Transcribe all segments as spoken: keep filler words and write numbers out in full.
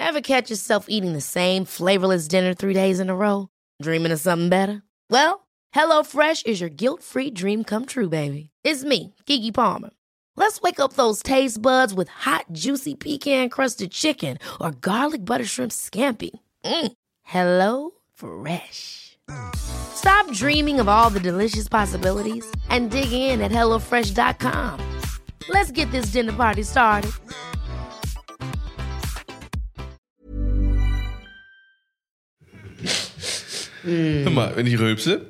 Ever catch yourself eating the same flavorless dinner three days in a row? Dreaming of something better? Well, HelloFresh is your guilt-free dream come true, baby. It's me, Keke Palmer. Let's wake up those taste buds with hot, juicy pecan-crusted chicken or garlic butter shrimp scampi. Mm. Hello Fresh. Stop dreaming of all the delicious possibilities and dig in at hello fresh dot com. Let's get this dinner party started. Mm. Hör mal, wenn ich rülpse,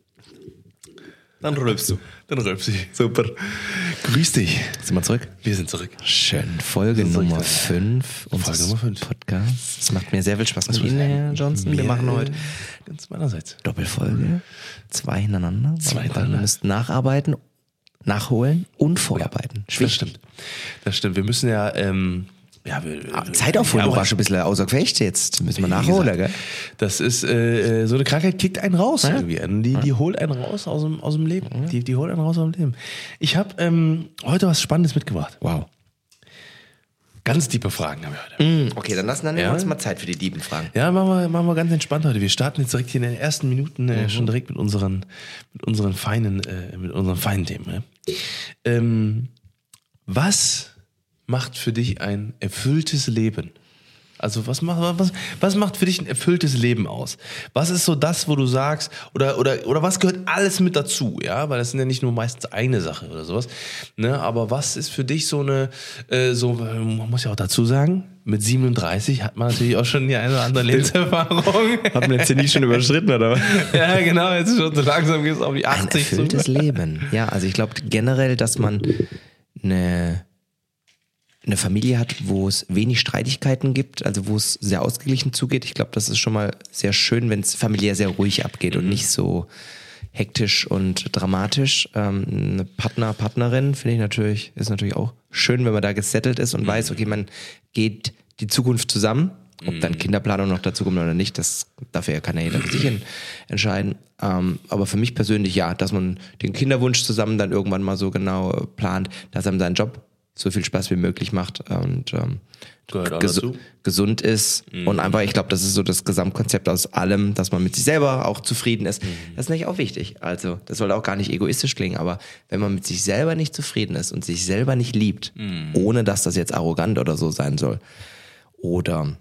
dann rülpst du. Dann rülpse ich. Super. Grüß dich. Sind wir zurück? Wir sind zurück. Schön. Folge Nummer fünf Folge Nummer fünf. Podcasts. Es macht mir sehr viel Spaß mit Ihnen, Herr Johnson. Wir machen heute ganz meinerseits Doppelfolge. Zwei hintereinander. Zwei hintereinander. Wir müssen nacharbeiten, nachholen und vorarbeiten. Ja, das stimmt. Das stimmt. Wir müssen ja... Ähm, Ja, wir, Zeitaufholung ja, war schon ein bisschen außer Gefecht jetzt. Müssen wir nachholen, gell? Das ist, äh, so eine Krankheit kickt einen raus ja? irgendwie. Die, die holt einen raus aus dem, aus dem Leben. Ja. Die, die holt einen raus aus dem Leben. Ich habe ähm, heute was Spannendes mitgebracht. Wow. Ganz tiefe Fragen haben wir heute. Mm, okay, dann lassen wir ja? uns mal Zeit für die lieben Fragen. Ja, machen wir, machen wir ganz entspannt heute. Wir starten jetzt direkt hier in den ersten Minuten äh, mhm. schon direkt mit unseren, mit unseren feinen, äh, mit unseren feinen Themen. Ja? Ähm, was macht für dich ein erfülltes Leben? Also was macht, was, was macht für dich ein erfülltes Leben aus? Was ist so das, wo du sagst, oder, oder, oder was gehört alles mit dazu? Ja, weil das sind ja nicht nur meistens eine Sache oder sowas. Ne? Aber was ist für dich so eine, äh, so, man muss ja auch dazu sagen, mit siebenunddreißig hat man natürlich auch schon die eine oder andere Lebenserfahrung. Hat man jetzt hier nie schon überschritten, oder? Ja, genau, jetzt schon so langsam geht es auf die achtzig. Ein erfülltes zu. Leben. Ja, also ich glaube generell, dass man eine eine Familie hat, wo es wenig Streitigkeiten gibt, also wo es sehr ausgeglichen zugeht. Ich glaube, das ist schon mal sehr schön, wenn es familiär sehr ruhig abgeht mhm. und nicht so hektisch und dramatisch. Ähm, eine Partner, Partnerin finde ich natürlich, ist natürlich auch schön, wenn man da gesettelt ist und mhm. weiß, okay, man geht die Zukunft zusammen. Ob dann Kinderplanung noch dazu kommt oder nicht, das darf ja keiner jeder für sich entscheiden. Ähm, aber für mich persönlich ja, dass man den Kinderwunsch zusammen dann irgendwann mal so genau plant, dass einem sein Job so viel Spaß wie möglich macht und ähm, ges- gesund ist mhm. und einfach, ich glaube, das ist so das Gesamtkonzept aus allem, dass man mit sich selber auch zufrieden ist. Mhm. Das ist natürlich auch wichtig. Also das soll auch gar nicht egoistisch klingen, aber wenn man mit sich selber nicht zufrieden ist und sich selber nicht liebt, mhm. ohne dass das jetzt arrogant oder so sein soll oder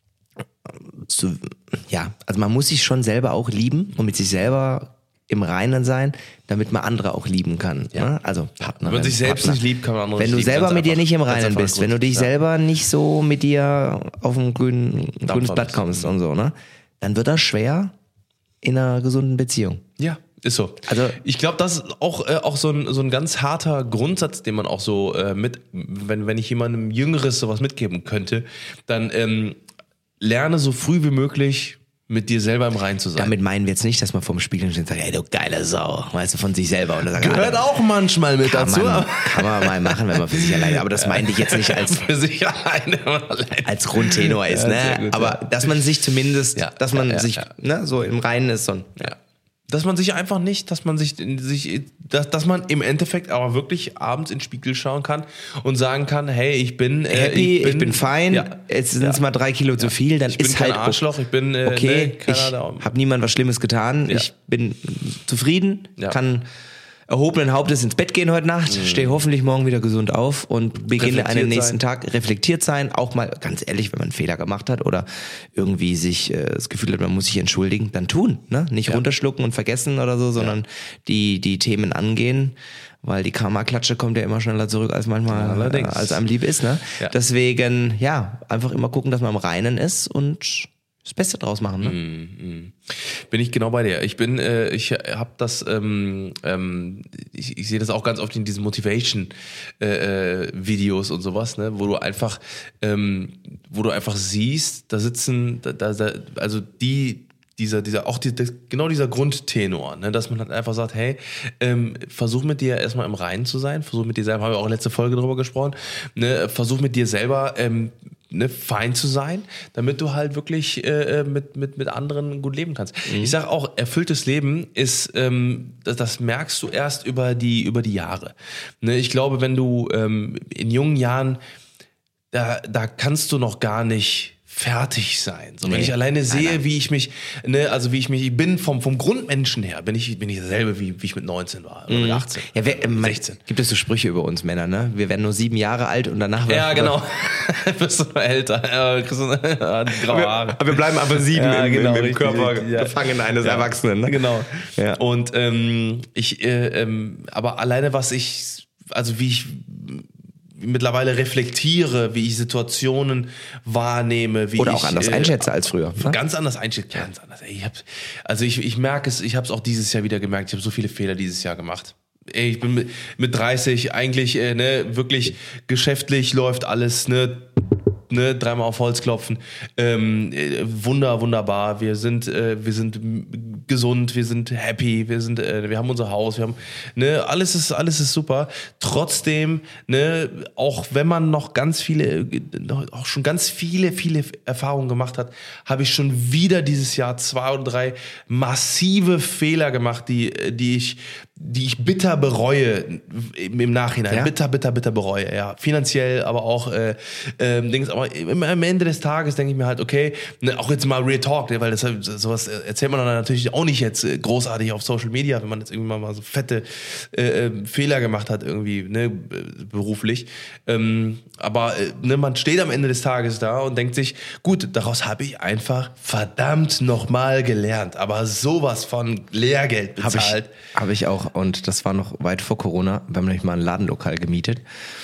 zu, ja, also man muss sich schon selber auch lieben und mit sich selber im Reinen sein, damit man andere auch lieben kann. Ja. Ne? Also Partner. Wenn man sich selbst Partner. nicht liebt, kann man andere Wenn du lieben, selber mit dir nicht im Reinen bist, wenn du dich ja. selber nicht so mit dir auf ein grün, grünes Blatt kommst und so, ne, dann wird das schwer in einer gesunden Beziehung. Ja, ist so. Also ich glaube, das ist auch, äh, auch so, ein, so ein ganz harter Grundsatz, den man auch so äh, mit, wenn, wenn ich jemandem Jüngeres sowas mitgeben könnte, dann ähm, lerne so früh wie möglich mit dir selber im Reinen zu sein. Damit meinen wir jetzt nicht, dass man vorm Spiegel steht und sagt, ey, du geile Sau, weißt du, von sich selber. Und dann sagt, gehört auch manchmal mit kann dazu. Man, kann man mal machen, wenn man für sich alleine, aber das meinte ich jetzt nicht als, für sich alleine, alleine. als Grundtenor ist, ja, ne? Gut, aber ja. dass man sich zumindest, ja, dass man ja, ja, sich ja. Ne, so im Reinen ist. Und, ja. Dass man sich einfach nicht, dass man sich, sich dass, dass man im Endeffekt aber wirklich abends in den Spiegel schauen kann und sagen kann, hey, ich bin äh, happy, ich bin, ich bin fein, ja. jetzt sind es ja. mal drei Kilo ja. zu viel, dann ich bin ist kein halt Arschloch, ich bin äh, okay, ne, ich habe niemand was Schlimmes getan, ja. ich bin zufrieden, ja. kann erhobenen Hauptes ins Bett gehen heute Nacht, mhm. stehe hoffentlich morgen wieder gesund auf und beginne einen nächsten sein. Tag, reflektiert sein, auch mal ganz ehrlich, wenn man einen Fehler gemacht hat oder irgendwie sich äh, das Gefühl hat, man muss sich entschuldigen, dann tun, ne? Nicht ja. runterschlucken und vergessen oder so, sondern ja. die die Themen angehen, weil die Karma-Klatsche kommt ja immer schneller zurück, als manchmal äh, als einem lieb ist, ne? Ja. Deswegen, ja, einfach immer gucken, dass man im Reinen ist und das Beste draus machen, ne? Mm, mm. Bin ich genau bei dir. Ich bin, äh, ich habe das, ähm, ähm, ich, ich sehe das auch ganz oft in diesen Motivation-Videos äh, und sowas, ne, wo du einfach, ähm, wo du einfach siehst, da sitzen, da, da, also die dieser, dieser, auch die, das, genau dieser Grundtenor, ne, dass man halt einfach sagt, hey, ähm, versuch mit dir erstmal im Reinen zu sein, versuch mit dir selber, haben wir auch letzte Folge drüber gesprochen, ne, versuch mit dir selber, ähm, ne, fein zu sein, damit du halt wirklich äh, mit, mit, mit anderen gut leben kannst. Mhm. Ich sag auch, erfülltes Leben ist, ähm, das, das merkst du erst über die, über die Jahre. Ne, ich glaube, wenn du ähm, in jungen Jahren, da, da kannst du noch gar nicht fertig sein. So, wenn Nee. ich alleine sehe, Nein, nein. wie ich mich, ne, also wie ich mich, ich bin vom, vom Grundmenschen her, bin ich, bin ich dasselbe, wie, wie ich mit neunzehn war oder mit achtzehn. Ja, wer, ähm, sechzehn. Gibt es so Sprüche über uns Männer, ne? Wir werden nur sieben Jahre alt und danach... Ja, genau. Bist du noch älter. Ja, kriegst du graue Haare. Aber wir bleiben einfach sieben Ja, im, genau, im, im richtig, Körper richtig, ja. gefangen eines Ja. Erwachsenen. Ne? Genau. Ja. Und ähm, ich, äh, ähm, aber alleine was ich, also wie ich mittlerweile reflektiere, wie ich Situationen wahrnehme, wie Oder ich, auch anders äh, einschätze als früher. Ne? Ganz anders einschätze, ganz anders. Ey, ich hab, also ich, ich merke es, ich habe es auch dieses Jahr wieder gemerkt, ich habe so viele Fehler dieses Jahr gemacht. Ey, ich bin mit, mit dreißig eigentlich, äh, ne, wirklich geschäftlich läuft alles, ne, ne, dreimal auf Holz klopfen. Ähm, äh, wunder, wunderbar. Wir sind, äh, wir sind m- gesund, wir sind happy, wir sind, äh, wir haben unser Haus, wir haben, ne, alles ist, alles ist super. Trotzdem, ne, auch wenn man noch ganz viele, äh, auch schon ganz viele, viele Erfahrungen gemacht hat, habe ich schon wieder dieses Jahr zwei oder drei massive Fehler gemacht, die, die ich, die ich bitter bereue im, im Nachhinein. Ja? Bitter, bitter, bitter bereue, ja. Finanziell, aber auch äh, ähm, Dings, aber im- am Ende des Tages denke ich mir halt, okay, ne, auch jetzt mal Real Talk, ne, weil das sowas erzählt man dann natürlich auch nicht jetzt äh, großartig auf Social Media, wenn man jetzt irgendwann mal so fette äh, äh, Fehler gemacht hat irgendwie, ne, b- beruflich. Ähm, aber äh, ne, man steht am Ende des Tages da und denkt sich, gut, daraus habe ich einfach verdammt nochmal gelernt, aber sowas von Lehrgeld Habe ich, bezahlt. hab ich auch. Und das war noch weit vor Corona. Wir haben nämlich mal ein Ladenlokal gemietet.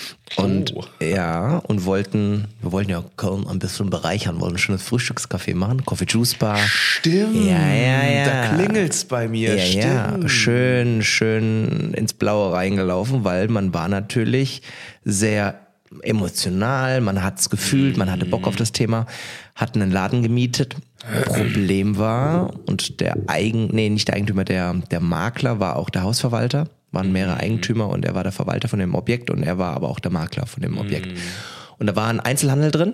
Und Oh. ja, und wollten, wir wollten ja Köln ein bisschen bereichern, wollten ein schönes Frühstückscafé machen, Coffee Juice Bar. Stimmt, Ja, ja, ja. da klingelt's bei mir. Ja, Stimmt. ja, schön, schön ins Blaue reingelaufen, weil man war natürlich sehr emotional, man hat's gefühlt, man hatte Bock auf das Thema, hatten einen Laden gemietet. Problem war, und der Eigen, nee, nicht der Eigentümer, der, der Makler war auch der Hausverwalter, waren mehrere Eigentümer und er war der Verwalter von dem Objekt und er war aber auch der Makler von dem Objekt. Und da war ein Einzelhandel drin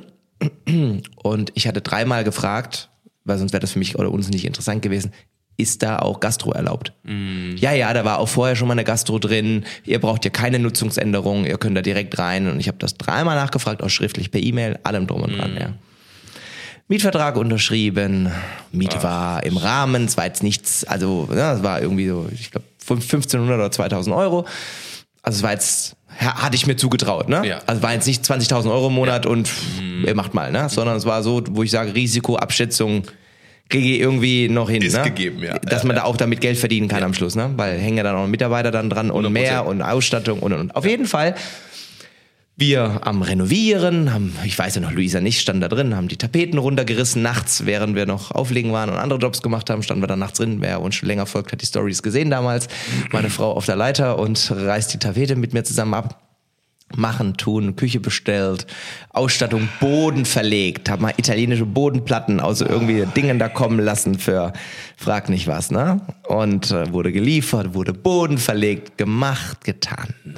und ich hatte dreimal gefragt, weil sonst wäre das für mich oder uns nicht interessant gewesen, ist da auch Gastro erlaubt? Mm. Ja, ja, da war auch vorher schon mal eine Gastro drin. Ihr braucht ja keine Nutzungsänderung, ihr könnt da direkt rein. Und ich habe das dreimal nachgefragt, auch schriftlich per E-Mail, allem drum und dran, mm. ja. Mietvertrag unterschrieben, Miete Ach. war im Rahmen, es war jetzt nichts, also ja, es war irgendwie so, ich glaube fünfzehnhundert oder zweitausend Euro. Also es war jetzt, hatte ich mir zugetraut, ne? Ja. Also es war jetzt nicht zwanzigtausend Euro im Monat ja. und ihr macht mal, ne? Sondern es war so, wo ich sage, Risikoabschätzung kriege ich irgendwie noch hin, ist ne? gegeben, ja. Dass ja, man ja. da auch damit Geld verdienen kann ja. am Schluss, ne? Weil hängen ja dann auch Mitarbeiter dann dran und hundert Prozent. mehr und Ausstattung und und und. Auf jeden Fall, wir am Renovieren, haben, ich weiß ja noch, Luisa nicht, standen da drin, haben die Tapeten runtergerissen nachts, während wir noch auflegen waren und andere Jobs gemacht haben, standen wir da nachts drin. Wer uns schon länger folgt, hat die Stories gesehen damals. Meine Frau auf der Leiter und reißt die Tapete mit mir zusammen ab. Machen, tun, Küche bestellt, Ausstattung, Boden verlegt, hab mal italienische Bodenplatten aus so irgendwie Dingen da kommen lassen für frag nicht was, ne? Und äh, wurde geliefert, wurde Boden verlegt, gemacht, getan. Nein.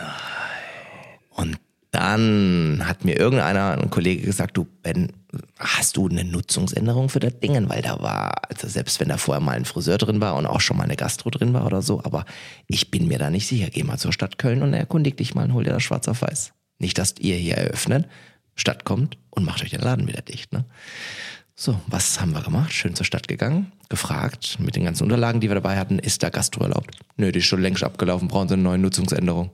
Und dann hat mir irgendeiner, ein Kollege gesagt, du Ben, hast du eine Nutzungsänderung für das Ding? Weil da war, also selbst wenn da vorher mal ein Friseur drin war und auch schon mal eine Gastro drin war oder so, aber ich bin mir da nicht sicher. Geh mal zur Stadt Köln und erkundig dich mal und hol dir das schwarz auf weiß. Nicht, dass ihr hier eröffnet, Stadt kommt und macht euch den Laden wieder dicht, ne? So, was haben wir gemacht? Schön zur Stadt gegangen, gefragt, mit den ganzen Unterlagen, die wir dabei hatten, ist da Gastro erlaubt? Nö, die ist schon längst abgelaufen, brauchen sie eine neue Nutzungsänderung.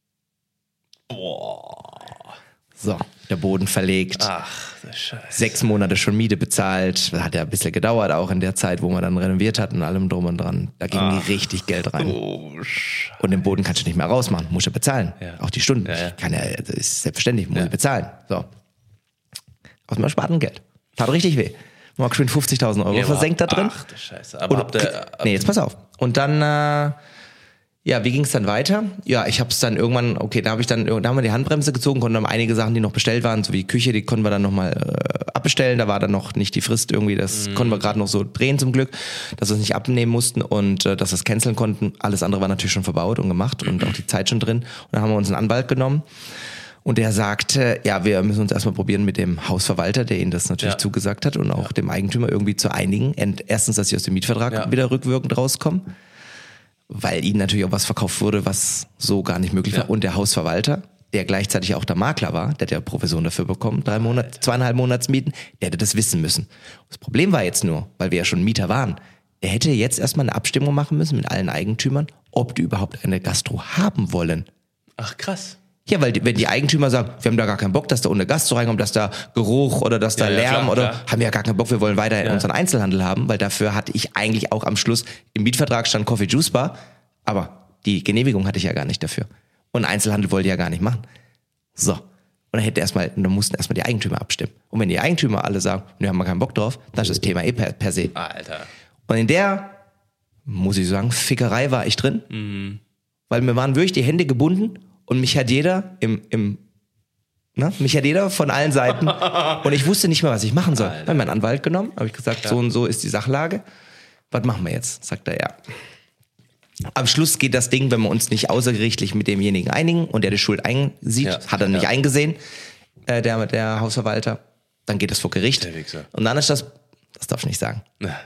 Boah. So, der Boden verlegt. Ach, das Scheiße. Sechs Monate schon Miete bezahlt. Das hat ja ein bisschen gedauert, auch in der Zeit, wo wir dann renoviert hatten und allem drum und dran. Da ging Ach. richtig Geld rein. Oh, Scheiße. Und den Boden kannst du nicht mehr rausmachen, musst du bezahlen. Ja. Auch die Stunden. Ja, ja. Ich kann ja, das ist selbstverständlich, muss Ja. ich bezahlen. So. Aus dem ersparten Geld. Tat richtig weh. Mal schön fünfzigtausend Euro Ja, versenkt da drin. Ach, du Scheiße. Aber Und, habt ihr, nee, jetzt pass auf. Und dann, äh, ja, wie ging es dann weiter? Ja, ich habe es dann irgendwann, okay, da habe ich dann, da haben wir die Handbremse gezogen, konnten dann einige Sachen, die noch bestellt waren, so wie die Küche, die konnten wir dann nochmal äh, abbestellen. Da war dann noch nicht die Frist irgendwie, das Mhm. konnten wir gerade noch so drehen zum Glück, dass wir es nicht abnehmen mussten und äh, dass wir es canceln konnten. Alles andere war natürlich schon verbaut und gemacht und auch die Zeit schon drin. Und dann haben wir uns einen Anwalt genommen. Und der sagte, ja, wir müssen uns erstmal probieren mit dem Hausverwalter, der ihnen das natürlich Ja. zugesagt hat und auch ja. dem Eigentümer irgendwie zu einigen. Ent- Erstens, dass sie aus dem Mietvertrag Ja. wieder rückwirkend rauskommen, weil ihnen natürlich auch was verkauft wurde, was so gar nicht möglich Ja. war. Und der Hausverwalter, der gleichzeitig auch der Makler war, der hat ja Provision dafür bekommen, drei Monate, zweieinhalb Monatsmieten, der hätte das wissen müssen. Das Problem war jetzt nur, weil wir ja schon Mieter waren, er hätte jetzt erstmal eine Abstimmung machen müssen mit allen Eigentümern, ob die überhaupt eine Gastro haben wollen. Ach, krass. Ja, weil die, wenn die Eigentümer sagen, wir haben da gar keinen Bock, dass da ohne Gast so reinkommt, dass da Geruch oder dass da Ja, ja, Lärm klar, oder klar. haben wir ja gar keinen Bock, wir wollen weiter Ja. unseren Einzelhandel haben, weil dafür hatte ich eigentlich auch am Schluss im Mietvertrag stand Coffee Juice Bar, aber die Genehmigung hatte ich ja gar nicht dafür. Und Einzelhandel wollte ich ja gar nicht machen. So. Und dann hätte erstmal, dann mussten erstmal die Eigentümer abstimmen. Und wenn die Eigentümer alle sagen, wir haben wir keinen Bock drauf, dann ist das Thema eh per, per se. Alter. Und in der, muss ich sagen, Fickerei war ich drin. Mhm. Weil mir waren wirklich die Hände gebunden und mich hat jeder im, im na, mich hat jeder von allen Seiten und ich wusste nicht mehr, was ich machen soll. Habe meinen Anwalt genommen, habe ich gesagt, ja. so und so ist die Sachlage. Was machen wir jetzt? Sagt er, ja. Am Schluss geht das Ding, wenn wir uns nicht außergerichtlich mit demjenigen einigen und der die Schuld einsieht, Ja. hat er nicht Ja. eingesehen, äh, der, der Hausverwalter, dann geht es vor Gericht. Der Wichser. Und dann ist das, das darf ich nicht sagen.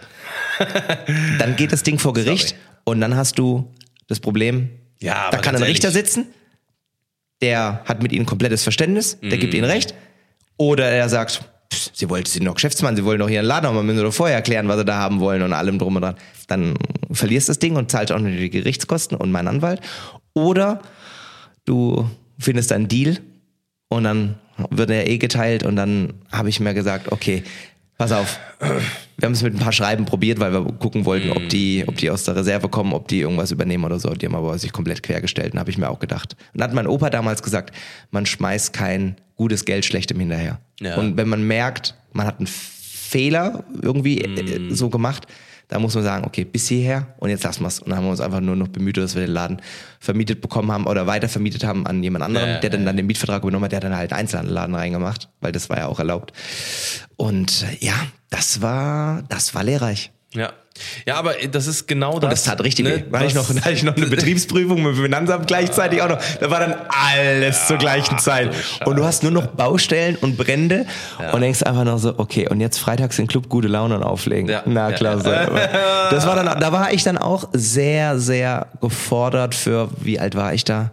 Dann geht das Ding vor Gericht Sorry. und dann hast du das Problem, Ja, aber da kann ganz ein Richter ehrlich. sitzen, der hat mit ihnen komplettes Verständnis, der Mhm. gibt ihnen recht. Oder er sagt, pff, sie wollten, sie sind doch Geschäftsmann, sie wollen doch ihren Laden haben, man müssen doch vorher erklären, was sie da haben wollen und allem drum und dran. Dann verlierst du das Ding und zahlst auch noch die Gerichtskosten und meinen Anwalt. Oder du findest einen Deal und dann wird er eh geteilt und dann habe ich mir gesagt, okay, pass auf, wir haben es mit ein paar Schreiben probiert, weil wir gucken wollten, ob die, ob die aus der Reserve kommen, ob die irgendwas übernehmen oder so. Die haben aber sich komplett quergestellt und habe ich mir auch gedacht. Und da hat mein Opa damals gesagt, man schmeißt kein gutes Geld schlechtem hinterher. Ja. Und wenn man merkt, man hat einen Fehler irgendwie äh, so gemacht, da muss man sagen, okay, bis hierher und jetzt lassen wir es. Und dann haben wir uns einfach nur noch bemüht, dass wir den Laden vermietet bekommen haben oder weiter vermietet haben an jemand anderen, Ja, der dann, ja. dann den Mietvertrag übernommen hat, der hat dann halt einen Einzelhandelladen reingemacht, weil das war ja auch erlaubt. Und äh, ja, das war, das war lehrreich. Ja. Ja, aber das ist genau das. Und das tat richtig ne, weh. Da hatte ich, noch, was- da hatte ich noch eine Betriebsprüfung mit dem Finanzamt gleichzeitig auch noch. Da war dann alles zur gleichen Zeit. Und du hast nur noch Baustellen und Brände und denkst einfach noch so, okay, und jetzt freitags im Club gute Laune und auflegen. Ja. Na Ja. klasse. Das war dann, da war ich dann auch sehr, sehr gefordert für, wie alt war ich da?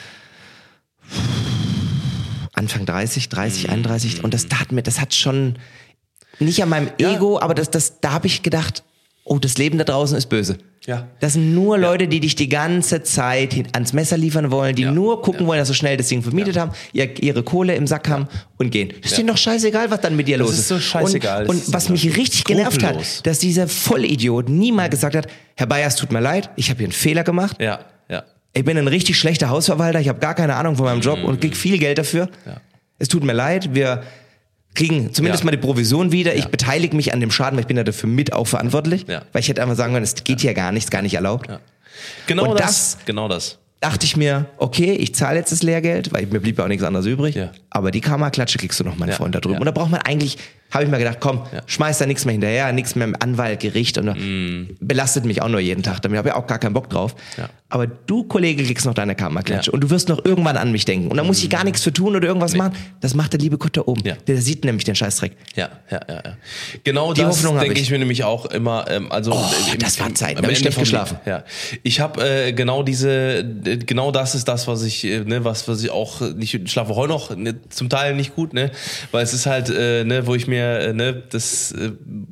Anfang dreißig, dreißig, einunddreißig. Und das tat mir, das hat schon nicht an meinem Ja. Ego, aber das, das, da habe ich gedacht, oh, das Leben da draußen ist böse. Ja. Das sind nur Leute, die dich die ganze Zeit hin- ans Messer liefern wollen, die Ja. nur gucken Ja. wollen, dass sie schnell das Ding vermietet haben, ihr, ihre Kohle im Sack haben und gehen. Das ist Ja. denen doch scheißegal, was dann mit dir Das los ist. ist so scheißegal. Und, Das ist und was so mich richtig genervt skrupellos. hat, dass dieser Vollidiot nie mal gesagt hat, Herr Bayers, tut mir leid, ich habe hier einen Fehler gemacht. Ja, ja. Ich bin ein richtig schlechter Hausverwalter, ich habe gar keine Ahnung von meinem Job und krieg viel Geld dafür. Ja. Es tut mir leid, wir kriegen zumindest Ja. mal die Provision wieder. Ich Ja. beteilige mich an dem Schaden, weil ich bin ja dafür mit auch verantwortlich. Ja. Weil ich hätte einfach sagen können, es geht hier gar nichts, gar nicht erlaubt. Ja. Genau Und das, Genau das. Dachte ich mir, okay, ich zahle jetzt das Lehrgeld, weil mir blieb ja auch nichts anderes übrig. Ja. Aber die Karma-Klatsche kriegst du noch, mein Ja. Freund, da drüben. Ja. Und da braucht man eigentlich, habe ich mir gedacht, komm, Ja. schmeiß da nichts mehr hinterher, nichts mehr im Anwalt, Gericht und Mm. belastet mich auch nur jeden Tag. Damit habe ich auch gar keinen Bock drauf. Ja. Aber du, Kollege, kriegst noch deine Karma-Klatsche. Ja. Und du wirst noch irgendwann an mich denken. Und da muss ich gar nichts für tun oder irgendwas machen. Das macht der liebe Gott da oben. Ja. Der sieht nämlich den Scheißdreck. Ja, ja, ja, ja. Genau Die das Hoffnung hab denke ich. ich mir nämlich auch immer. Ähm, also Oh, im- das war im- Zeit, da am hab ich Ende schlecht vom geschlafen. Lied. Ja, ich habe äh, genau diese, äh, genau das ist das, was ich, äh, ne, was, was ich auch nicht ich schlafe heute noch, ne, zum Teil nicht gut, ne, weil es ist halt, äh, ne, wo ich mir, äh, ne, das, äh,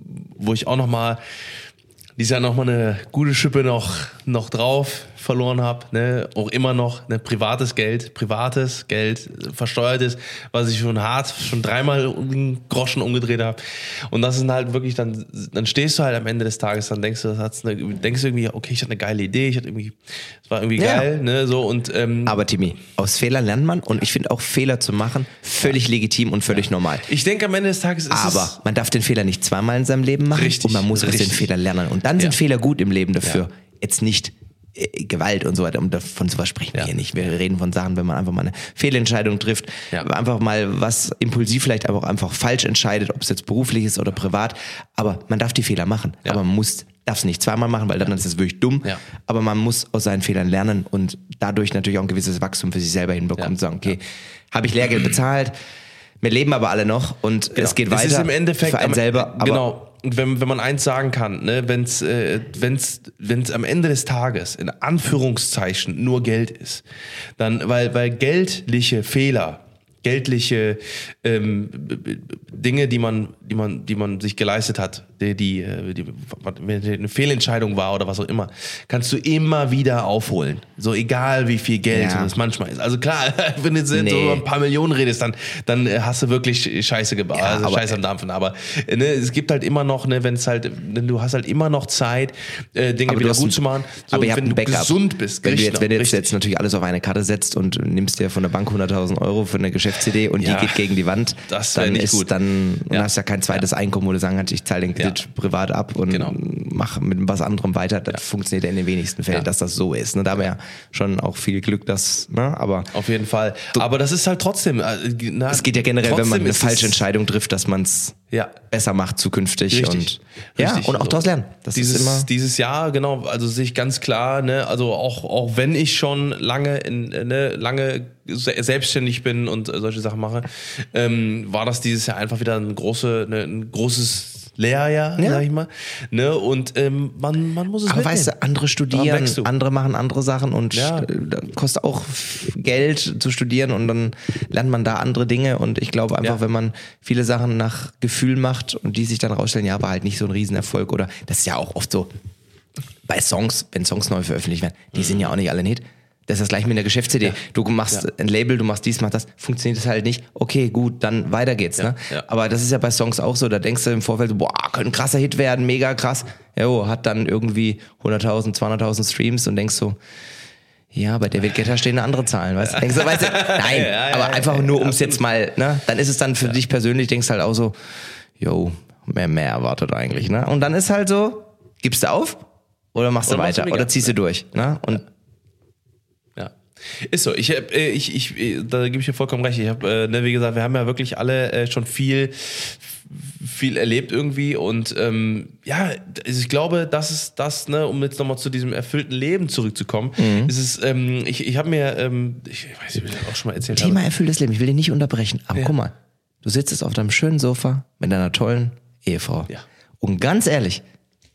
wo ich auch noch mal dieses Jahr noch mal eine gute Schippe noch noch drauf verloren habe, ne, auch immer noch, ne, privates Geld, privates Geld, äh, versteuertes, was ich schon hart, schon dreimal um den Groschen umgedreht habe. Und das sind halt wirklich dann, dann stehst du halt am Ende des Tages, dann denkst du, das hat's eine, denkst du irgendwie, okay, ich hatte eine geile Idee, ich hatte irgendwie, es war irgendwie Ja. geil, ne, so und ähm, Aber Timmy, aus Fehlern lernt man und ich finde auch Fehler zu machen völlig legitim und völlig normal. ich denke am Ende des Tages ist Aber es, man darf den Fehler nicht zweimal in seinem Leben machen Richtig, und man muss aus den richtig. Fehlern lernen. Und dann sind Ja. Fehler gut im Leben dafür. Ja. Jetzt nicht äh, Gewalt und so weiter. Und davon sowas sprechen wir Ja. hier nicht. Wir reden von Sachen, wenn man einfach mal eine Fehlentscheidung trifft, Ja. einfach mal was impulsiv vielleicht aber auch einfach falsch entscheidet, ob es jetzt beruflich ist oder privat. Aber man darf die Fehler machen. Ja. Aber man muss darf es nicht zweimal machen, weil dann ist es wirklich dumm. Ja. Aber man muss aus seinen Fehlern lernen und dadurch natürlich auch ein gewisses Wachstum für sich selber hinbekommen Ja. und sagen, okay, habe ich Lehrgeld bezahlt, wir leben aber alle noch und es geht Es weiter ist im Endeffekt für einen am- selber. Aber genau. wenn, wenn man eins sagen kann, ne, wenn es äh, wenn's, wenn's am Ende des Tages in Anführungszeichen nur Geld ist, dann, weil, weil geldliche Fehler, geldliche ähm, Dinge, die man, die man, die man sich geleistet hat, die, die, die, die eine Fehlentscheidung war oder was auch immer, kannst du immer wieder aufholen. So egal wie viel Geld ja. es manchmal ist. Also klar, wenn du jetzt nee. so über ein paar Millionen redest, dann, dann hast du wirklich Scheiße gebaut, ja, also Scheiße am Dampfen. Aber ne, es gibt halt immer noch, ne, wenn es halt, du hast halt immer noch Zeit, äh, Dinge wieder gut ein, zu machen. So, aber ihr wenn habt du ein Backup. gesund bist. Wenn du jetzt, wenn du jetzt, richtig. jetzt natürlich alles auf eine Karte setzt und nimmst dir von der Bank hunderttausend Euro für eine Geschäfts-C D und ja, die geht gegen die Wand, das dann nicht ist gut. dann ja. und hast ja kein zweites ja. Einkommen, wo du sagen kannst, ich zahle den Kredit ja. privat ab und genau. mach mit was anderem weiter. Das ja. funktioniert ja in den wenigsten Fällen, ja. dass das so ist. Ne? Da haben wir ja schon auch viel Glück, dass, ne? aber auf jeden Fall. Aber das ist halt trotzdem. Na, es geht ja generell, wenn man eine falsche Entscheidung trifft, dass man es ja. besser macht zukünftig. Richtig. Und ja, Richtig. und auch daraus lernen. Das dieses, ist immer dieses Jahr, genau, also sehe ich ganz klar, ne, also auch, auch wenn ich schon lange in, ne, lange selbstständig bin und solche Sachen mache, ähm, war das dieses Jahr einfach wieder ein große, ne, ein großes Lehrjahr, ja. sag ich mal. Ne? Und ähm, man, man muss es Aber mitnehmen. weißt du, andere studieren, andere machen andere Sachen und ja. da kostet auch Geld zu studieren und dann lernt man da andere Dinge und ich glaube einfach, ja. wenn man viele Sachen nach Gefühl macht und die sich dann rausstellen, ja, war halt nicht so ein Riesenerfolg oder das ist ja auch oft so bei Songs, wenn Songs neu veröffentlicht werden, die mhm. sind ja auch nicht alle nicht. Das ist das gleich mit der Geschäfts-C D. Ja. Du machst ja. ein Label, du machst dies, machst das, funktioniert das halt nicht. Okay, gut, dann weiter geht's. Ja. Ne? Ja. Aber das ist ja bei Songs auch so, da denkst du im Vorfeld, boah, könnte ein krasser Hit werden, mega krass. Jo, hat dann irgendwie hunderttausend, zweihunderttausend Streams und denkst so, ja, bei David Guetta stehen andere Zahlen, weißt du? Denkst du, weißt du, nein, ja, ja, aber einfach nur, um es jetzt mal, ne? Dann ist es dann für ja. dich persönlich, denkst halt auch so, jo, mehr, mehr erwartet eigentlich, ne? Und dann ist halt so, gibst du auf oder machst du oder weiter machst du oder ziehst du durch, ne? Und ja. Ist so, ich, äh, ich, ich, da gebe ich dir vollkommen recht. Ich habe, äh, ne, wie gesagt, wir haben ja wirklich alle äh, schon viel, viel erlebt irgendwie und ähm, ja, also ich glaube, das ist das, ne, um jetzt nochmal zu diesem erfüllten Leben zurückzukommen, mhm. ist es, ähm, ich, ich habe mir, ähm, ich weiß nicht, ob ich das auch schon mal erzählt habe. Thema erfülltes Leben, ich will dich nicht unterbrechen, aber ja. guck mal, du sitzt jetzt auf deinem schönen Sofa mit deiner tollen Ehefrau ja. und ganz ehrlich,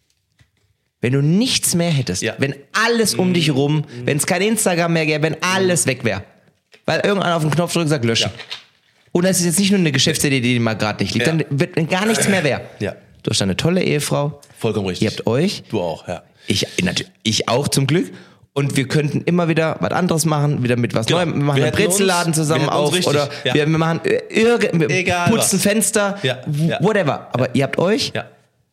wenn du nichts mehr hättest, ja. wenn alles um dich rum, wenn es kein Instagram mehr gäbe, wenn alles weg wäre, weil irgendeiner auf den Knopf drückt und sagt, löschen. Ja. Und das ist jetzt nicht nur eine Geschäfts-C D, die mal gerade nicht liegt, ja. dann wird wenn gar nichts mehr wäre. Ja. Du hast eine tolle Ehefrau. Vollkommen richtig. Ihr habt euch. Du auch, ja. Ich, natürlich, ich auch zum Glück. Und wir könnten immer wieder was anderes machen, wieder mit was genau. Neuem. Wir machen wir einen Brezelladen zusammen auf richtig, oder ja. wir, wir machen irg- wir putzen was. Fenster, ja. whatever. Aber ja. ihr habt euch. Ja.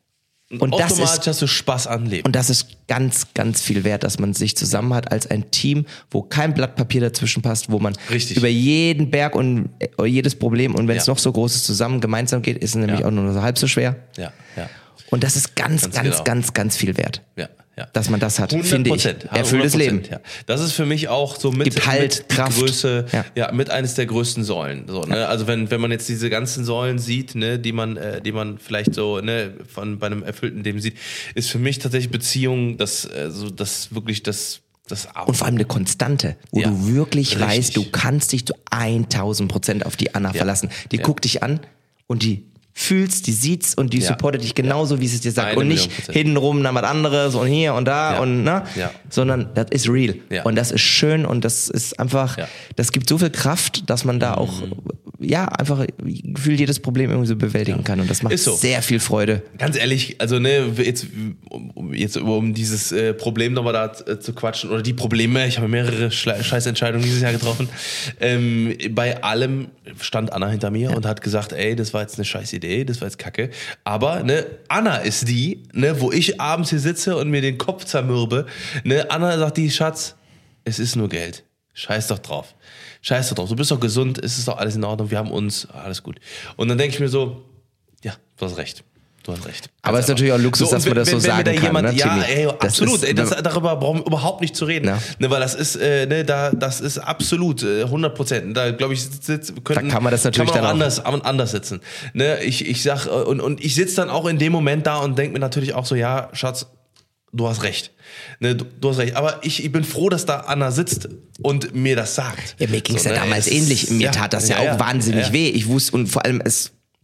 Und automatisch das ist, hast du Spaß an Leben. Und das ist ganz, ganz viel wert, dass man sich zusammen hat als ein Team, wo kein Blatt Papier dazwischen passt, wo man Richtig. über jeden Berg und jedes Problem und wenn es ja. noch so groß ist, zusammen gemeinsam geht, ist es nämlich ja. auch nur so halb so schwer. Ja, ja. Und das ist ganz, ganz, ganz, genau. ganz, ganz viel wert. Ja. Ja. Dass man das hat, finde ich. Erfülltes Leben. Ja. Das ist für mich auch so mit, Gibt halt, mit die Kraft. Größe, ja. ja, mit eines der größten Säulen. So, ne? Ja. Also wenn, wenn man jetzt diese ganzen Säulen sieht, ne, die man, äh, die man vielleicht so, ne, von, bei einem erfüllten Leben sieht, ist für mich tatsächlich Beziehung, das, äh, so, das wirklich das, das Auto. Und vor allem eine Konstante, wo ja. du wirklich Richtig. weißt, du kannst dich zu tausend Prozent auf die Anna ja. verlassen. Die ja. guckt dich an und die fühlst, die sieht's und die ja. supportet dich genauso, ja. wie sie es dir sagt. Eine und nicht hintenrum dann was anderes und hier und da ja. und ne, ja. sondern das ist real. Ja. Und das ist schön und das ist einfach, ja. das gibt so viel Kraft, dass man da mhm. auch, ja, einfach gefühlt jedes Problem irgendwie so bewältigen ja. kann und das macht so. sehr viel Freude. Ganz ehrlich, also ne, jetzt, jetzt um dieses äh, Problem nochmal da äh, zu quatschen oder die Probleme, ich habe mehrere Schla- Scheißentscheidungen dieses Jahr getroffen, ähm, bei allem stand Anna hinter mir ja. und hat gesagt, ey, das war jetzt eine scheiß Idee, das war jetzt Kacke. Aber ne, Anna ist die, ne, wo ich abends hier sitze und mir den Kopf zermürbe. Ne, Anna sagt die, Schatz, es ist nur Geld. Scheiß doch drauf. Scheiß doch drauf. Du bist doch gesund, es ist doch alles in Ordnung, wir haben uns, alles gut. Und dann denke ich mir so, ja, du hast recht. Du hast recht. Aber es ist natürlich auch Luxus, so, dass man das so sagen da kann. Jemand, ne, ja, ey, absolut. Ist, ey, das, darüber brauchen wir überhaupt nicht zu reden. Ja. Ne, weil das ist, äh, ne, da, das ist absolut äh, hundert Prozent. Da glaube ich, sitz, könnten, da kann man das natürlich kann man auch dann anders, auch. anders sitzen. Ne, ich, ich sag, und, und ich sitze dann auch in dem Moment da und denke mir natürlich auch so, ja, Schatz, du hast recht. Ne, du, du hast recht. Aber ich, ich bin froh, dass da Anna sitzt und mir das sagt. Ja, mir ging es so, ja ne, damals ähnlich. Mir ja, tat das ja, ja auch ja, wahnsinnig ja. weh. Ich wusste, und vor allem es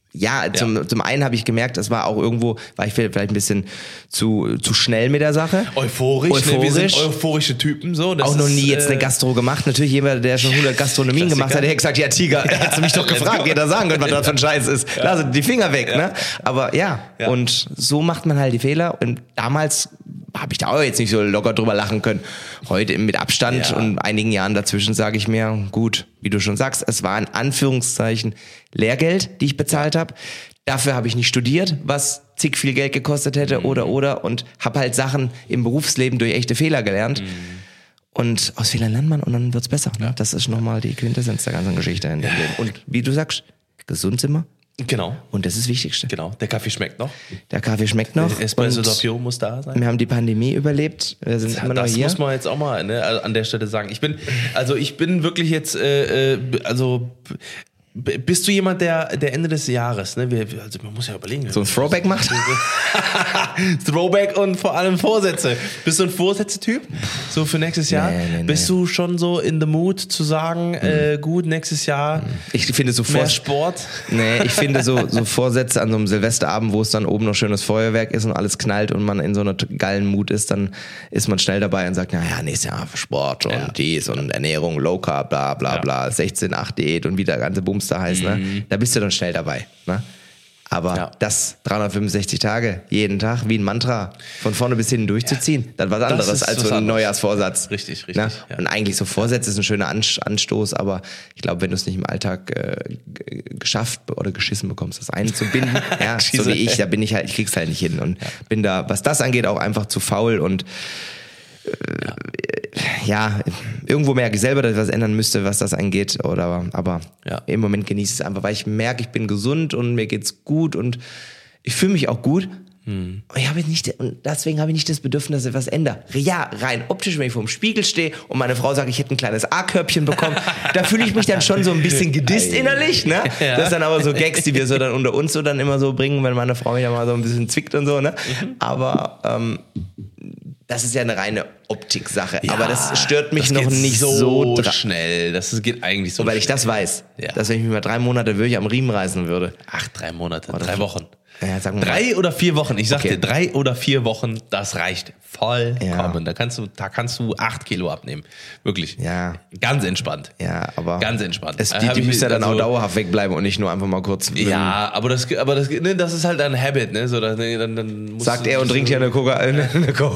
Ja, zum, ja. zum einen habe ich gemerkt, das war auch irgendwo, war ich vielleicht ein bisschen zu, zu schnell mit der Sache. Euphorisch, Euphorisch. Ne? Wir sind euphorische Typen. So. Das auch noch nie ist, jetzt eine Gastro gemacht. Natürlich jemand, der schon hundert Gastronomien Klassiker. gemacht hat, der hätte gesagt, ja Tiger, ja. hättest du mich doch gefragt, hätte er sagen können, was das für ein Scheiß ist. Ja. Lass die Finger weg. Ja. Ne? Aber ja. ja, und so macht man halt die Fehler. Und damals habe ich da auch jetzt nicht so locker drüber lachen können. Heute mit Abstand ja. und einigen Jahren dazwischen sage ich mir, gut, wie du schon sagst, es war in Anführungszeichen Lehrgeld, die ich bezahlt habe. Dafür habe ich nicht studiert, was zig viel Geld gekostet hätte mhm. oder oder und habe halt Sachen im Berufsleben durch echte Fehler gelernt. Mhm. Und aus Fehlern lernt man und dann wird's besser. Ne? Das ist nochmal die Quintessenz der ganzen Geschichte in dem Leben. Und wie du sagst, gesund sind wir. Genau. Und das ist das Wichtigste. Genau. Der Kaffee schmeckt noch. Der Kaffee schmeckt noch. Der Espresso Doppio muss da sein. Wir haben die Pandemie überlebt. Wir sind das immer noch das hier. muss man jetzt auch mal ne, an der Stelle sagen. Ich bin, also ich bin wirklich jetzt, äh, also bist du jemand, der, der Ende des Jahres, ne? Wir, also man muss ja überlegen. So ein Throwback macht? Throwback und vor allem Vorsätze. Bist du ein Vorsätze-Typ? So für nächstes Jahr? Nee, nee, Bist nee. du schon so in the mood zu sagen, mhm. äh, gut, nächstes Jahr ich finde so mehr Vor- Sport? Nee, ich finde so, so Vorsätze an so einem Silvesterabend, wo es dann oben noch schönes Feuerwerk ist und alles knallt und man in so einer geilen Mut ist, dann ist man schnell dabei und sagt, naja, nächstes Jahr Sport und ja. dies und Ernährung, Low Carb, bla bla ja. bla, sechzehn acht Diät und wie der ganze Bums da heißt, ne? Mhm. Da bist du dann schnell dabei, ne? Aber ja. das dreihundertfünfundsechzig Tage, jeden Tag, wie ein Mantra, von vorne bis hinten durchzuziehen, ja. das ist was anderes das als so ein Neujahrsvorsatz. Richtig, richtig. Ne? Ja. Und eigentlich so Vorsätze ist ein schöner Anstoß, aber ich glaube, wenn du es nicht im Alltag äh, geschafft oder geschissen bekommst, das einzubinden, ja, so wie ich, da bin ich halt, ich krieg's halt nicht hin und ja. bin da, was das angeht, auch einfach zu faul und äh, ja. ja, irgendwo merke ich selber, dass ich was ändern müsste, was das angeht, oder, aber ja. im Moment genieße ich es einfach, weil ich merke, ich bin gesund und mir geht's gut und ich fühle mich auch gut. Hm. Ich habe nicht, und deswegen habe ich nicht das Bedürfnis, dass ich was ändere. Ja, rein optisch, wenn ich vor dem Spiegel stehe und meine Frau sagt, ich hätte ein kleines A-Körbchen bekommen, da fühle ich mich dann schon so ein bisschen gedisst innerlich, ne? Ja. Das sind aber so Gags, die wir so dann unter uns so dann immer so bringen, wenn meine Frau mich dann mal so ein bisschen zwickt und so, ne? Mhm. Aber, ähm, das ist ja eine reine Optik-Sache, ja, aber das stört mich das noch nicht so, so dra- schnell. Das geht eigentlich so Weil schnell. ich das weiß, ja. dass wenn ich mich mal drei Monate wirklich am Riemen reißen würde. Ach, drei Monate, oder drei Wochen. Ja, sag mal drei mal. oder vier Wochen. Ich sag okay. dir, drei oder vier Wochen, das reicht vollkommen. Ja. Da kannst du, da kannst du acht Kilo abnehmen. Wirklich. Ja. Ganz entspannt. Ja, aber. Ganz entspannt. Es, die die müssen ja dann also, auch dauerhaft wegbleiben und nicht nur einfach mal kurz. Ja, aber das, aber das, ne, das ist halt ein Habit, ne? So, dann, dann, dann musst sagt du, er und trinkt ja eine Coca. Eine, eine Co-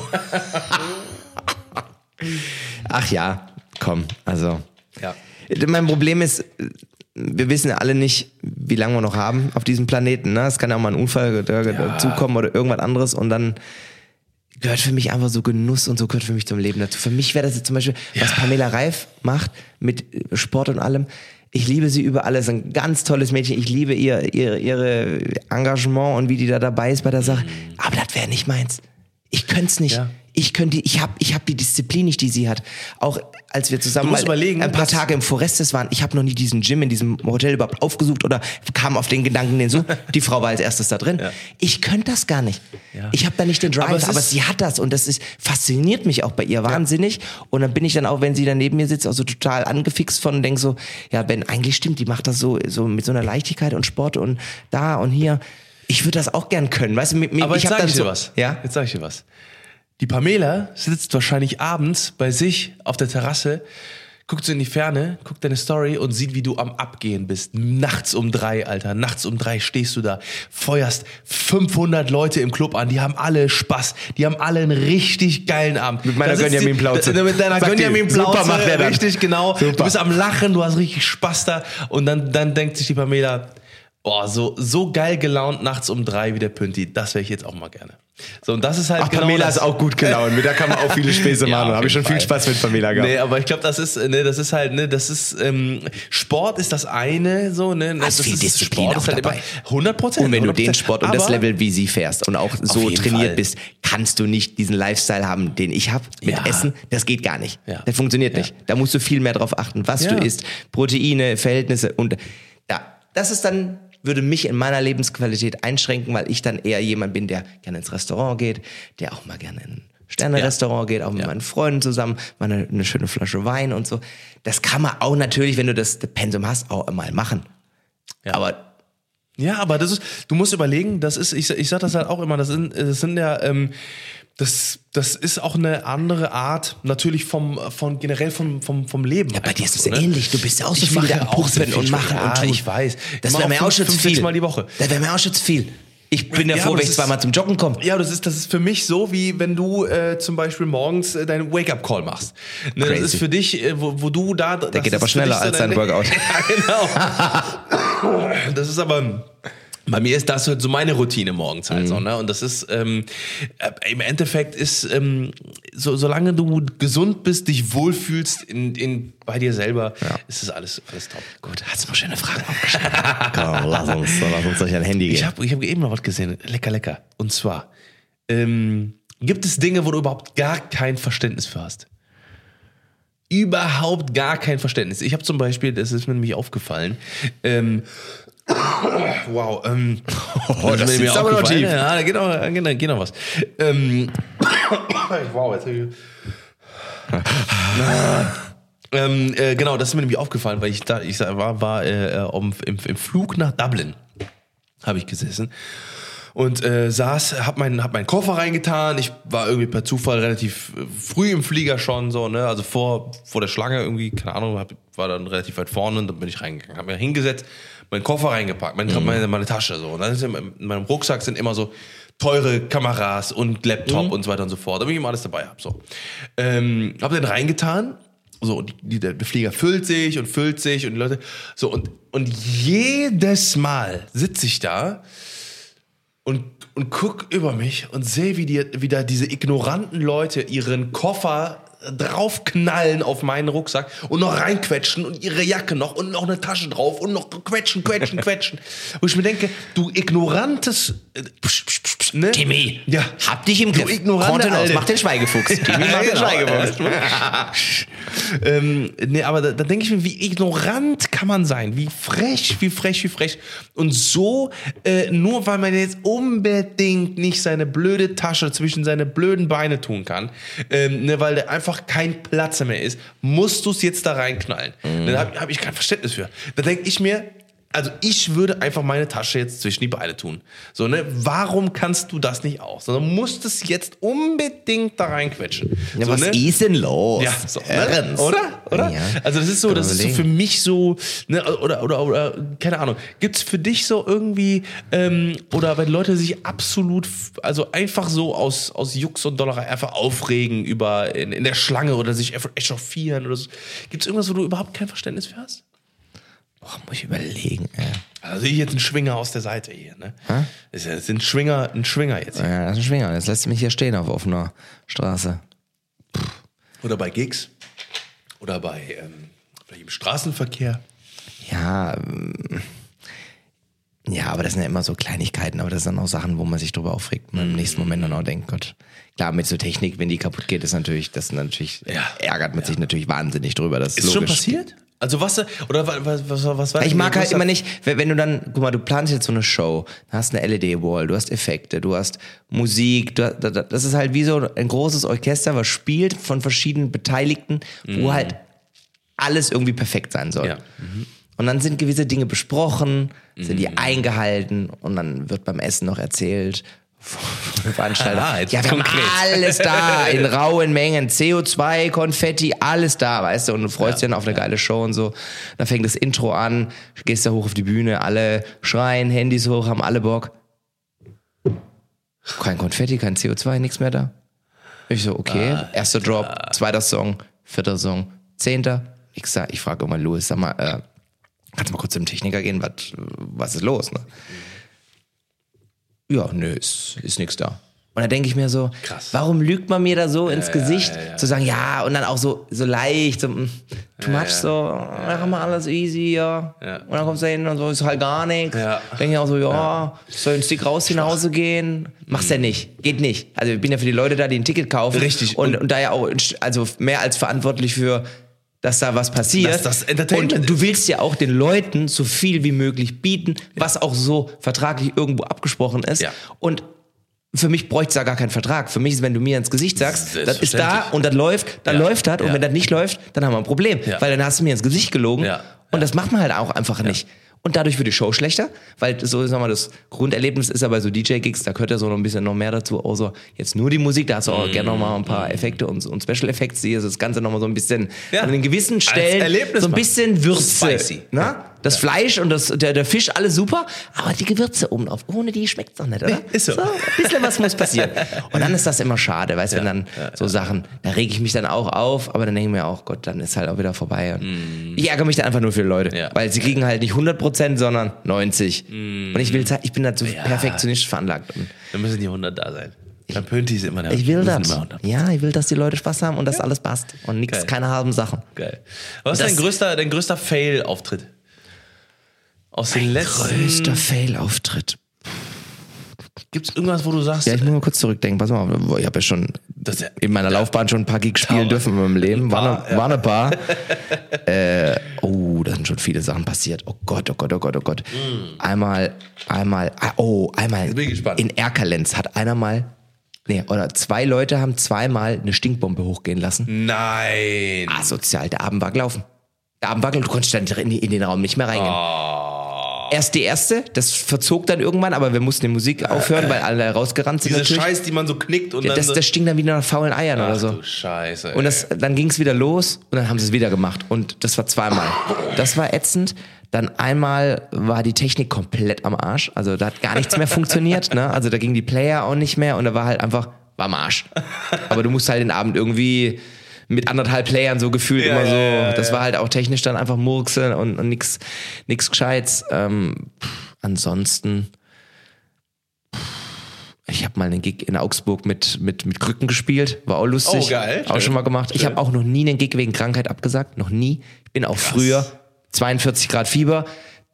Ach ja, komm, also. Ja. Mein Problem ist, wir wissen ja alle nicht, wie lange wir noch haben auf diesem Planeten. Ne? Es kann ja auch mal ein Unfall dazukommen ja. oder irgendwas anderes und dann gehört für mich einfach so Genuss und so gehört für mich zum Leben dazu. Für mich wäre das jetzt zum Beispiel, ja. was Pamela Reif macht mit Sport und allem. Ich liebe sie über alles, ein ganz tolles Mädchen. Ich liebe ihr, ihr ihre Engagement und wie die da dabei ist bei der Sache. Aber das wäre nicht meins. Ich könnte es nicht. Ja. Ich könnte, ich habe, ich habe die Disziplin nicht, die sie hat. Auch als wir zusammen mal ein paar Tage im Forestes waren, ich habe noch nie diesen Gym in diesem Hotel überhaupt aufgesucht oder kam auf den Gedanken, den so. Die Frau war als erstes da drin. Ja. Ich könnte das gar nicht. Ja. Ich habe da nicht den Drive, aber, aber sie hat das und das ist fasziniert mich auch bei ihr wahnsinnig. Ja. Und dann bin ich dann auch, wenn sie da neben mir sitzt, auch so total angefixt von und denk so, ja, Ben, eigentlich stimmt, die macht das so, so mit so einer Leichtigkeit und Sport und da und hier. Ich würde das auch gern können, weißt du? Mir, aber ich jetzt hab sag ich so, dir was. Ja? Jetzt sag ich dir was. Die Pamela sitzt wahrscheinlich abends bei sich auf der Terrasse, guckt so in die Ferne, guckt deine Story und sieht, wie du am Abgehen bist. Nachts um drei, Alter. Nachts um drei stehst du da, feuerst fünfhundert Leute im Club an. Die haben alle Spaß. Die haben alle einen richtig geilen Abend. Mit meiner Gönjamin-Plauze. Mit deiner Gönjamin-Plauze. Super macht der dann. Richtig, genau. Super. Du bist am Lachen, du hast richtig Spaß da. Und dann, dann denkt sich die Pamela, boah, so, so geil gelaunt nachts um drei wie der Pünti. Das wäre ich jetzt auch mal gerne. So, und das ist halt Ach, genau Pamela das. ist auch gut gelaunt. Mit der kann man auch viele Späße Ja, machen. Da habe ich schon Fall. viel Spaß mit Pamela gehabt. Nee, aber ich glaube, das ist, ne, das ist halt, ne, das ist, ähm, Sport ist das eine, so, ne. Hast das viel ist, Disziplin Sport auch ist halt dabei. immer hundert Prozent. Und wenn hundert Prozent. du den Sport und aber das Level wie sie fährst und auch so jeden trainiert Fall. bist, kannst du nicht diesen Lifestyle haben, den ich habe mit Ja. Essen. Das geht gar nicht. Ja. Das funktioniert Ja. nicht. Da musst du viel mehr drauf achten, was Ja. du isst, Proteine, Verhältnisse und ja, das ist dann würde mich in meiner Lebensqualität einschränken, weil ich dann eher jemand bin, der gerne ins Restaurant geht, der auch mal gerne in ein Sterne-Restaurant ja. geht, auch mit ja. meinen Freunden zusammen, mal eine, eine schöne Flasche Wein und so. Das kann man auch natürlich, wenn du das Pensum hast, auch mal machen. Ja. Aber Ja, aber das ist, du musst überlegen, das ist, ich, ich sag das halt auch immer, das sind, das sind ja, ähm, das, das ist auch eine andere Art, natürlich vom, von, generell vom, vom, vom Leben. Ja, bei dir ist es so, ja ne? ähnlich. Du bist ja auch so Ich viel mache da ja am auch sehr Pumpen viel und Sport. machen Ja, und tun. ich weiß. Das Ich wäre mach mir auch schon zu fünfundvierzig viel. Mal die Woche. Das wäre mir auch schon zu viel. Ich bin ja, Ja, froh, aber wenn ich das zweimal ist- zum Joggen komme. Ja, das ist, das ist für mich so, wie wenn du äh, zum Beispiel morgens äh, deinen Wake-up-Call machst. Ne, das Crazy. ist für dich, äh, wo, wo du da... Der geht aber schneller als dein Workout. Ja, genau. Das ist aber... Bei mir ist das halt so meine Routine morgens halt Mhm. so, ne? Und das ist, ähm, äh, im Endeffekt ist, ähm, so, solange du gesund bist, dich wohlfühlst in, in, bei dir selber, ist das alles, alles top. Gut, hast du noch schöne Fragen aufgeschrieben? Komm, lass uns, lass uns durch ein Handy gehen. Ich habe ich hab eben noch was gesehen. Lecker, lecker. Und zwar, ähm, gibt es Dinge, wo du überhaupt gar kein Verständnis für hast? Überhaupt gar kein Verständnis. Ich habe zum Beispiel, das ist mir nämlich aufgefallen, ähm, wow, ähm, Oh, das ist mir sitzt aber noch aufgefallen. tief. Ja, genau, genau, genau was. Ähm, wow, jetzt hab ich... ähm, äh, genau, das ist mir nämlich aufgefallen, weil ich da, ich war, war äh, um, im, im Flug nach Dublin, habe ich gesessen und äh, saß, hab meinen, hab meinen Koffer reingetan. Ich war irgendwie per Zufall relativ äh, früh im Flieger schon so, ne, also vor vor der Schlange irgendwie, keine Ahnung, hab, war dann relativ weit vorne und dann bin ich reingegangen, hab mir hingesetzt, meinen Koffer reingepackt, meine, Mhm. meine, meine Tasche so. Und dann ist in meinem Rucksack sind immer so teure Kameras und Laptop Mhm. und so weiter und so fort, damit ich immer alles dabei habe. So, ähm, hab den reingetan. So, und die, der Flieger füllt sich und füllt sich und die Leute, so, und, und jedes Mal sitze ich da und, und guck über mich und sehe, wie, die, wie da diese ignoranten Leute ihren Koffer draufknallen auf meinen Rucksack und noch reinquetschen und ihre Jacke noch und noch eine Tasche drauf und noch quetschen, quetschen, quetschen. Wo ich mir denke, du ignorantes, äh, psch, psch, psch, ne? Timmy, Ja. hab dich im Du Griff. ignorante Kontenance, Alte. mach den Schweigefuchs. Timmy, mach den genau. Schweigefuchs. ähm, nee, aber da, da denke ich mir, wie ignorant kann man sein? Wie frech, wie frech, wie frech. Und so, äh, nur weil man jetzt unbedingt nicht seine blöde Tasche zwischen seine blöden Beine tun kann, ähm, ne, weil der einfach kein Platz mehr ist, musst du es jetzt da reinknallen. Mhm. Da habe hab ich kein Verständnis für. Da denke ich mir, also ich würde einfach meine Tasche jetzt zwischen die Beine tun. So, ne? Warum kannst du das nicht auch? Sondern musst es jetzt unbedingt da reinquetschen. Ja, so, was ne? ist denn los? Ja, so, ne? Ernst? Oder? Oder? Ja. Also das ist so, Kann das man ist so überlegen. für mich so, ne, oder, oder, oder, keine Ahnung. Gibt's für dich so irgendwie, ähm, oder wenn Leute sich absolut, also einfach so aus, aus Jux und Dollerei einfach aufregen über, in, in der Schlange oder sich einfach echauffieren oder so. Gibt's irgendwas, wo du überhaupt kein Verständnis für hast? Boah, muss ich überlegen. Ey. Also ich jetzt ein Schwinger aus der Seite hier, ne? Das ist ein Schwinger, ein Schwinger jetzt. Hier. Ja, das ist ein Schwinger. Jetzt lässt du mich hier stehen auf offener Straße. Oder bei Gigs. Oder bei, ähm, vielleicht im Straßenverkehr. Ja, ähm, ja, aber das sind ja immer so Kleinigkeiten, aber das sind auch Sachen, wo man sich drüber aufregt. Man im nächsten Moment dann auch denkt, Gott, klar, mit so Technik, wenn die kaputt geht, ist natürlich, das natürlich, Ja. ärgert man sich natürlich wahnsinnig drüber. Das ist Ist schon logisch. passiert? Also was, oder was, was, was, was war Ich mag halt was- immer nicht, wenn wenn du dann, guck mal, du planst jetzt so eine Show, du hast eine L E D-Wall, du hast Effekte, du hast Musik, du, da- da- das ist halt wie so ein großes Orchester, was spielt von verschiedenen Beteiligten, wo halt alles irgendwie perfekt sein soll. Ja. Und dann sind gewisse Dinge besprochen, sind Mhm. die eingehalten und dann wird beim Essen noch erzählt vom Veranstalter. Ah, jetzt ja, wir haben konkret. alles da, in rauen Mengen, C O zwei, Konfetti, alles da, weißt du, und du freust dich dann auf eine geile Show und so. Dann fängt das Intro an, gehst da hoch auf die Bühne, alle schreien, Handys hoch, haben alle Bock. Kein Konfetti, kein C O zwei, nichts mehr da. Ich so, okay, erster Drop, zweiter Song, vierter Song, zehnter. Ich sag, ich frage immer Louis, sag mal, äh, kannst du mal kurz zum Techniker gehen, was, was ist los, ne? Ja, nö, ist, ist nix da. Und da denke ich mir so, Krass. warum lügt man mir da so ins Gesicht, ja, ja. zu sagen, ja, und dann auch so, so leicht, so, mm, too much, so, ja, haben wir alles easy, ja. Ja. Und dann kommst du hin und so, ist halt gar nichts. Ja. Denke ich auch so, ja, soll ein Stick raus, nach Hause gehen? Mach's ja nicht, geht nicht. Also ich bin ja für die Leute da, die ein Ticket kaufen. Richtig. Und, Und- und da ja auch, also mehr als verantwortlich für, dass da was passiert. Dass das Entertainment und du ist. willst ja auch den Leuten so viel wie möglich bieten, was auch so vertraglich irgendwo abgesprochen ist. Ja. Und für mich bräuchte es da gar keinen Vertrag. Für mich ist, wenn du mir ins Gesicht sagst, das ist da Selbstverständlich. und das läuft, dann Ja. läuft das. Und Ja. wenn das nicht läuft, dann haben wir ein Problem. Ja. Weil dann hast du mir ins Gesicht gelogen. Ja. Und das macht man halt auch einfach nicht. und dadurch wird die Show schlechter, weil so, sagen wir mal, das Grunderlebnis ist ja bei so D J-Gigs, da gehört ja so noch ein bisschen noch mehr dazu, außer jetzt nur die Musik, da hast du auch mm. gerne noch mal ein paar Effekte und, und Special Effects, die das Ganze noch mal so ein bisschen ja. an den gewissen Stellen so ein bisschen Würze. Spicy. Ne? Ja. Das ja. Fleisch und das, der, der Fisch, alles super, aber die Gewürze oben drauf, ohne die schmeckt's doch nicht, oder? Nee, ist so. so. Ein bisschen was muss passieren. Und dann ist das immer schade, weißt du, ja. wenn dann ja, so ja. Sachen, da rege ich mich dann auch auf, aber dann denke ich mir auch, Gott, dann ist halt auch wieder vorbei. Und mm. Ich ärgere mich dann einfach nur für die Leute, ja. weil sie kriegen halt nicht hundert Prozent, sondern neunzig. Mm. Und ich will, ich bin dazu ja. perfektionistisch veranlagt. Und da müssen die hundert da sein. Dann Pönti ist immer der. Ich will das. Ja, ich will, dass die Leute Spaß haben und dass ja. alles passt. Und nichts, Geil. keine halben Sachen. Geil. Was ist dein größter, dein größter Fail-Auftritt? Aus den letzten... größter Fail-Auftritt. Gibt es irgendwas, wo du sagst... Ja, ich muss mal kurz zurückdenken. Pass mal, ich habe ja schon das, in meiner ja, Laufbahn schon ein paar Gigs spielen dürfen in meinem Leben. Waren ein, ja. war ein paar. äh, oh, da sind schon viele Sachen passiert. Oh Gott, oh Gott, oh Gott, oh Gott. Mm. Einmal, einmal, oh, einmal Jetzt bin ich gespannt. In Erkelenz hat einer mal... Nee, oder zwei Leute haben zweimal eine Stinkbombe hochgehen lassen. Nein. Asozial, der Abend war gelaufen. Der Abend war gelaufen, du konntest dann in, in den Raum nicht mehr reingehen. Oh. Erst die erste, das verzog dann irgendwann, aber wir mussten die Musik aufhören, weil alle rausgerannt sind. Diese natürlich. Scheiß, die man so knickt und ja, dann das, so das stinkt dann wieder nach faulen Eiern Ach oder so. Du Scheiße. Ey. Und das, dann ging es wieder los und dann haben sie es wieder gemacht. Und das war zweimal. Das war ätzend. Dann einmal war die Technik komplett am Arsch. Also da hat gar nichts mehr funktioniert. Ne? Also da ging die Player auch nicht mehr und da war halt einfach, war am Arsch. Aber du musst halt den Abend irgendwie mit anderthalb Playern so gefühlt ja, immer so. Ja, ja, das ja. war halt auch technisch dann einfach Murkseln und, und nix, nix Gescheites. Ähm, pff, ansonsten, pff, ich habe mal einen Gig in Augsburg mit, mit, mit Krücken gespielt. War auch lustig. Oh, geil. Auch Schön. schon mal gemacht. Schön. Ich habe auch noch nie einen Gig wegen Krankheit abgesagt. Noch nie. Ich bin auch Krass. früher zweiundvierzig Grad Fieber.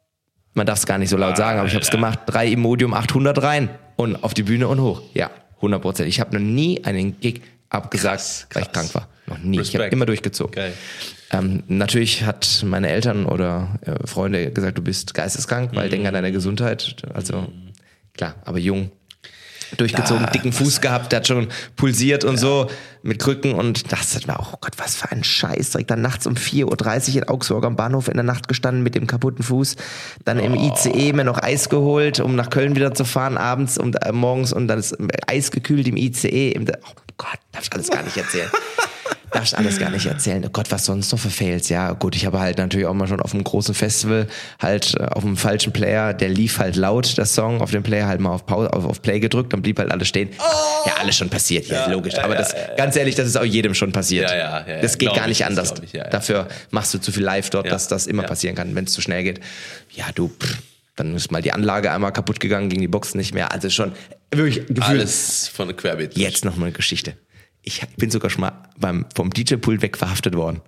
Man darf es gar nicht so laut sagen, aber ich habe es gemacht. Drei Imodium achthundert rein und auf die Bühne und hoch. Ja, hundert Prozent. Ich habe noch nie einen Gig abgesagt, krass, krass. weil ich krank war. Noch nie. Respekt. Ich habe immer durchgezogen. Geil. Ähm, natürlich hat meine Eltern oder äh, Freunde gesagt, du bist geisteskrank, weil mm. denk an deine Gesundheit. Also klar, aber jung. Durchgezogen, da, dicken Fuß gehabt, der hat schon pulsiert und ja. so mit Krücken und das hat mir auch, oh Gott, was für ein Scheiß. Direkt dann nachts um vier Uhr dreißig in Augsburg am Bahnhof in der Nacht gestanden mit dem kaputten Fuß. Dann oh. im I C E mir noch Eis geholt, um nach Köln wieder zu fahren, abends und äh, morgens und dann ist Eis gekühlt im I C E. Im, oh Gott, darf ich alles gar nicht erzählen. Darf ich alles gar nicht erzählen. Oh Gott, was sonst noch für Fails? Ja, gut, ich habe halt natürlich auch mal schon auf einem großen Festival halt äh, auf einem falschen Player, der lief halt laut, das Song, auf dem Player halt mal auf Pause, auf, auf Play gedrückt, dann blieb halt alles stehen. Oh! Ja, alles schon passiert, ja, ja logisch. Ja, aber ja, das, ja, ganz ehrlich, das ist auch jedem schon passiert. Ja, ja, ja, das geht gar nicht ich, anders. Ich, ja, ja. Dafür machst du zu viel live dort, ja. dass das immer ja. passieren kann, wenn es zu schnell geht. Ja, du, pff, dann ist mal die Anlage einmal kaputt gegangen, ging die Box nicht mehr. Also schon wirklich gefühlt. Alles von der Querbeet. Jetzt noch mal eine Geschichte. Ich bin sogar schon mal beim, vom D J-Pult weg verhaftet worden.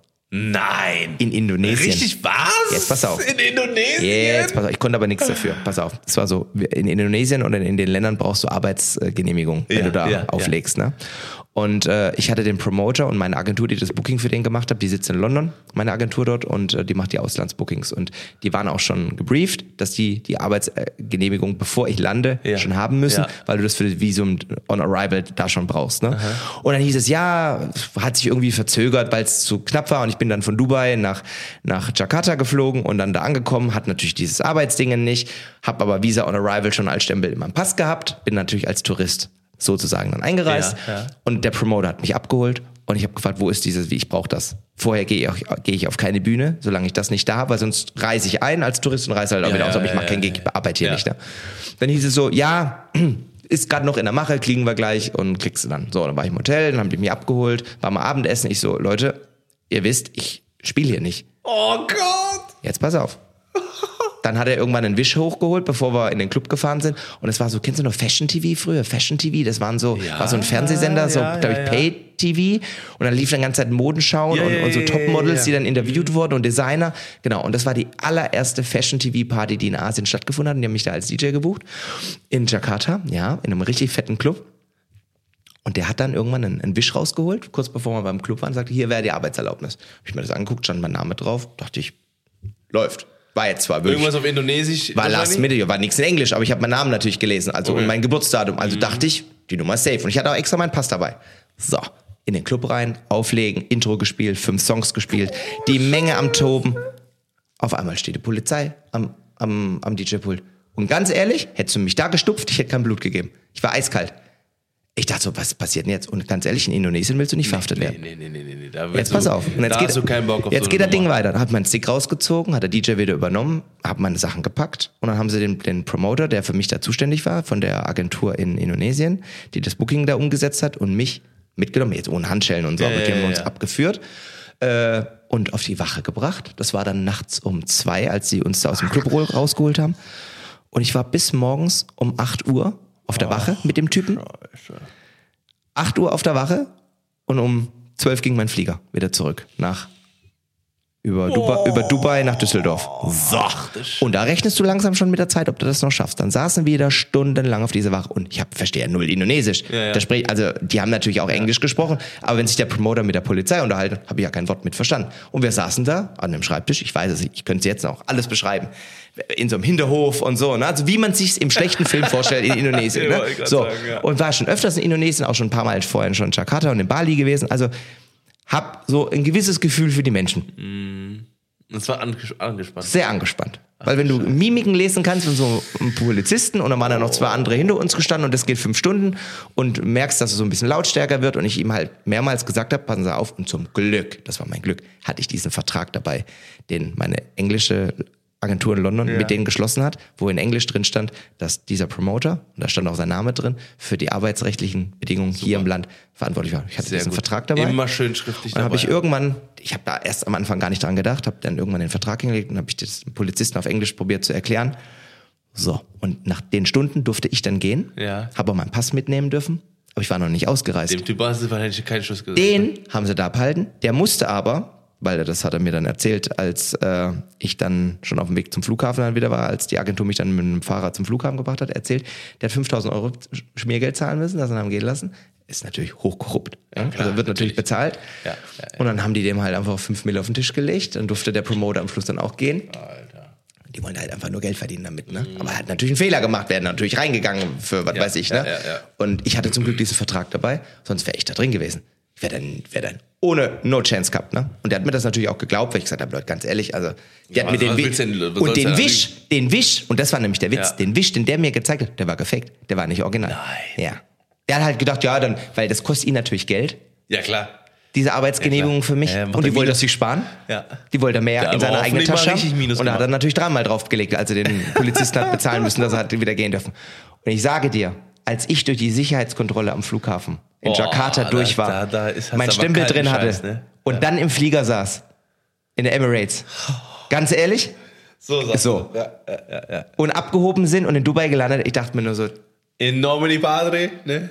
Nein. In Indonesien. Richtig, was? Jetzt pass auf. In Indonesien? Jetzt pass auf. Ich konnte aber nichts dafür. Pass auf. Es war so, in Indonesien oder in den Ländern brauchst du Arbeitsgenehmigung, wenn ja, du da ja, auflegst. Ja. Ne? Und äh, ich hatte den Promoter und meine Agentur, die das Booking für den gemacht hat, die sitzt in London, meine Agentur dort, und äh, die macht die Auslandsbookings. Und die waren auch schon gebrieft, dass die die Arbeitsgenehmigung, bevor ich lande, ja. schon haben müssen, ja. weil du das für das Visum on Arrival da schon brauchst. Ne? Und dann hieß es, ja, hat sich irgendwie verzögert, weil es zu knapp war. Und ich bin dann von Dubai nach, nach Jakarta geflogen und dann da angekommen, hat natürlich dieses Arbeitsding nicht, habe aber Visa on Arrival schon als Stempel in meinem Pass gehabt, bin natürlich als Tourist sozusagen dann eingereist ja, ja. und der Promoter hat mich abgeholt und ich habe gefragt, wo ist dieses, wie ich brauche das. Vorher gehe ich, geh ich auf keine Bühne, solange ich das nicht da habe, weil sonst reise ich ein als Tourist und reise halt auch ja, wieder aus, aber ja, ich mache ja, keinen Gig, ich arbeite hier ja. nicht. Ne? Dann hieß es so, ja, ist gerade noch in der Mache, kriegen wir gleich und kriegst du dann. So, dann war ich im Hotel, dann haben die mich abgeholt, war mal Abendessen, ich so, Leute, ihr wisst, ich spiele hier nicht. Oh Gott! Jetzt pass auf. Dann hat er irgendwann einen Wisch hochgeholt, bevor wir in den Club gefahren sind. Und es war so, kennst du noch Fashion T V früher? Fashion T V, das waren so, ja, war so ein Fernsehsender, so, ja, glaube ich, ja, Pay-T V. Und dann lief dann ganze Zeit Modenschau ja, und, und so Topmodels, ja. die dann interviewt wurden und Designer. Genau, und das war die allererste Fashion-T V-Party, die in Asien stattgefunden hat. Und die haben mich da als D J gebucht. In Jakarta, ja, in einem richtig fetten Club. Und der hat dann irgendwann einen, einen Wisch rausgeholt, kurz bevor wir beim Club waren, und sagte, hier wäre die Arbeitserlaubnis. Hab ich mir das angeguckt, stand mein Name drauf, dachte ich, läuft. War jetzt zwar wirklich. Irgendwas auf Indonesisch? War last minute, war nichts in Englisch, aber ich habe meinen Namen natürlich gelesen, also okay. und mein Geburtsdatum. Also mhm. dachte ich, die Nummer ist safe. Und ich hatte auch extra meinen Pass dabei. So, in den Club rein, auflegen, Intro gespielt, fünf Songs gespielt, die Menge am Toben. Auf einmal steht die Polizei am am, am D J-Pult. Und ganz ehrlich, hättest du mich da gestupft, ich hätte kein Blut gegeben. Ich war eiskalt. Ich dachte so, was passiert denn jetzt? Und ganz ehrlich, in Indonesien willst du nicht verhaftet nee, werden. Nee, nee, nee, nee, nee. Da jetzt pass auf. Und jetzt da geht, hast du keinen Bock auf jetzt so geht das Ding Nummer. weiter. Dann hat man den Stick rausgezogen, hat der D J wieder übernommen, hat meine Sachen gepackt und dann haben sie den, den Promoter, der für mich da zuständig war, von der Agentur in Indonesien, die das Booking da umgesetzt hat und mich mitgenommen, jetzt ohne Handschellen und so, Ja, mit ja, dem wir ja, uns ja. abgeführt äh, und auf die Wache gebracht. Das war dann nachts um zwei, als sie uns da aus dem Club rausgeholt haben. Und ich war bis morgens um acht Uhr auf der Wache mit dem Typen. Scheiße. acht Uhr auf der Wache und um zwölf ging mein Flieger wieder zurück nach über, Dubai, über Dubai nach Düsseldorf. So. Und da rechnest du langsam schon mit der Zeit, ob du das noch schaffst. Dann saßen wir da stundenlang auf dieser Wache und ich hab, verstehe ja null Indonesisch. Ja, ja. Da sprich, also die haben natürlich auch Englisch gesprochen, aber wenn sich der Promoter mit der Polizei unterhalten, habe ich ja kein Wort mit verstanden. Und wir saßen da an dem Schreibtisch, ich weiß es nicht, ich könnte es jetzt noch alles beschreiben, in so einem Hinterhof und so, ne? Also wie man sich im schlechten Film vorstellt in Indonesien. Ja, Ne? wollte ich grad So. sagen, ja. Und war schon öfters in Indonesien, auch schon ein paar Mal vorher schon in Jakarta und in Bali gewesen. Also hab so ein gewisses Gefühl für die Menschen. Das war anges- angespannt. Sehr angespannt. Weil wenn du Mimiken lesen kannst von so einem Polizisten und dann waren da noch zwei andere hinter uns gestanden und das geht fünf Stunden und merkst, dass es so ein bisschen lautstärker wird und ich ihm halt mehrmals gesagt habe, passen Sie auf und zum Glück, das war mein Glück, hatte ich diesen Vertrag dabei, den meine englische Agentur in London Ja. mit denen geschlossen hat, wo in Englisch drin stand, dass dieser Promoter, und da stand auch sein Name drin, für die arbeitsrechtlichen Bedingungen hier im Land verantwortlich war. Ich hatte Sehr diesen gut. Vertrag dabei. Immer schön schriftlich Und dann habe dabei. ich irgendwann, ich habe da erst am Anfang gar nicht dran gedacht, habe dann irgendwann den Vertrag hingelegt und habe ich das dem Polizisten auf Englisch probiert zu erklären. So, und nach den Stunden durfte ich dann gehen, Ja. habe auch meinen Pass mitnehmen dürfen, aber ich war noch nicht ausgereist. Dem Typ hast du wahrscheinlich keinen Schuss gesagt. Den haben sie da abhalten, der musste aber, weil er, das hat er mir dann erzählt, als äh, ich dann schon auf dem Weg zum Flughafen dann wieder war, als die Agentur mich dann mit dem Fahrrad zum Flughafen gebracht hat, erzählt, der hat fünftausend Euro Schmiergeld zahlen müssen, das er haben gehen lassen. Ist natürlich hochkorrupt. Ja, klar, also wird natürlich, natürlich. bezahlt. Ja, ja, ja. Und dann haben die dem halt einfach fünf Mille auf den Tisch gelegt. Dann durfte der Promoter am Schluss dann auch gehen. Alter. Die wollen halt einfach nur Geld verdienen damit. Ne? Aber er hat natürlich einen Fehler gemacht, werden natürlich reingegangen für was Ja, weiß ich. ja, Ne? ja, ja. Und ich hatte zum Glück diesen Vertrag dabei, sonst wäre ich da drin gewesen. Ich wäre dann, wär dann ohne No Chance gehabt. Ne? Und der hat mir das natürlich auch geglaubt, weil ich gesagt habe, Leute, ganz ehrlich, also der Ja, hat mir was- den was Wisch willst du denn- was und soll's den denn Wisch, den Wisch, und das war nämlich der Witz, Ja. den Wisch, den der mir gezeigt hat, der war gefaked, der war nicht original. Nein. Ja. Der hat halt gedacht, ja, dann, weil das kostet ihn natürlich Geld, Ja, klar. diese Arbeitsgenehmigung Ja, klar. für mich. Ja, macht und die er wollte Minus. das sich sparen. Ja. Die wollte er mehr Ja, in seiner aber eigenen hoffentlich mal Tasche haben. richtig Minus Und da hat er gemacht. natürlich dreimal draufgelegt, als er den Polizisten hat bezahlen müssen, dass er hat wieder gehen dürfen. Und ich sage dir, als ich durch die Sicherheitskontrolle am Flughafen in Boah, Jakarta da- durch war, da- da ist- hast mein du aber Stempel kalten drin hatte Scheiß, ne? und dann im Flieger saß, in der Emirates. Ganz ehrlich, So, sagst so. du. Ja, ja, ja, ja. und abgehoben sind und in Dubai gelandet, ich dachte mir nur so, In nomine Padre, ne?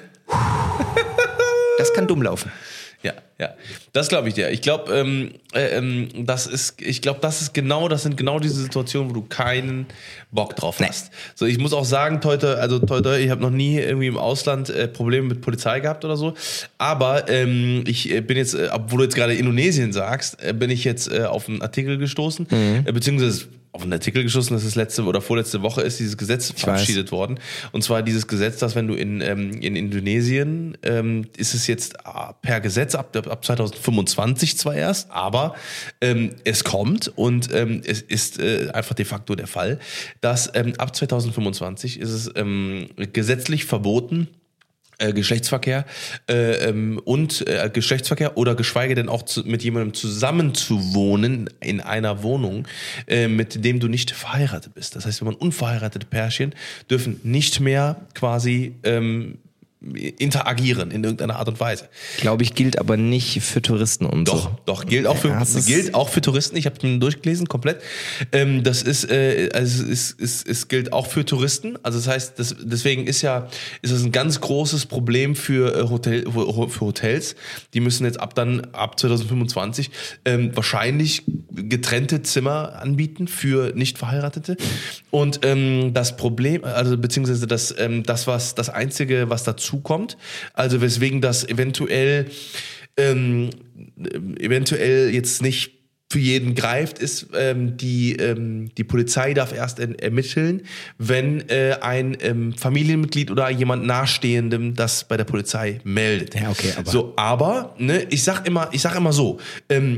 das kann dumm laufen. Ja, ja. Das glaube ich dir. Ich glaube, ähm, äh, ähm, das ist, ich glaube, das ist genau, das sind genau diese Situationen, wo du keinen Bock drauf Nee. hast. So, ich muss auch sagen, heute, also heute, ich habe noch nie irgendwie im Ausland äh, Probleme mit Polizei gehabt oder so. Aber ähm, ich äh, bin jetzt, äh, obwohl du jetzt gerade Indonesien sagst, äh, bin ich jetzt äh, auf einen Artikel gestoßen, äh, beziehungsweise auf einen Artikel geschossen, dass es letzte oder vorletzte Woche ist dieses Gesetz verabschiedet worden. Und zwar dieses Gesetz, dass wenn du in, ähm, in Indonesien, ähm, ist es jetzt äh, per Gesetz ab, ab zwanzig fünfundzwanzig zwar erst, aber ähm, es kommt und ähm, es ist äh, einfach de facto der Fall, dass ähm, ab zwanzig fünfundzwanzig ist es ähm, gesetzlich verboten, Äh, Geschlechtsverkehr äh, ähm, und äh, Geschlechtsverkehr oder geschweige denn auch zu, mit jemandem zusammenzuwohnen in einer Wohnung, äh, mit dem du nicht verheiratet bist. Das heißt, wenn man unverheiratete Pärchen dürfen nicht mehr quasi ähm, interagieren in irgendeiner Art und Weise. Glaube ich, gilt aber nicht für Touristen und Doch, so. doch, gilt auch für, Ja, das ist- gilt auch für Touristen. Ich habe es mir durchgelesen, komplett. Ähm, das ist, äh, also es, es, es gilt auch für Touristen. Also das heißt, das, deswegen ist ja, ist das ein ganz großes Problem für, äh, Hotel, für Hotels. Die müssen jetzt ab dann, ab zwanzig fünfundzwanzig, ähm, wahrscheinlich getrennte Zimmer anbieten für Nicht-Verheiratete. Und ähm, das Problem, also beziehungsweise das, ähm, das was, das Einzige, was dazu kommt, also weswegen das eventuell ähm, eventuell jetzt nicht für jeden greift, ist ähm, die ähm, die Polizei darf erst en- ermitteln, wenn äh, ein ähm, Familienmitglied oder jemand Nahestehendem das bei der Polizei meldet. Ja, okay, aber- so, aber ne, ich sag immer, ich sag immer so. Ähm,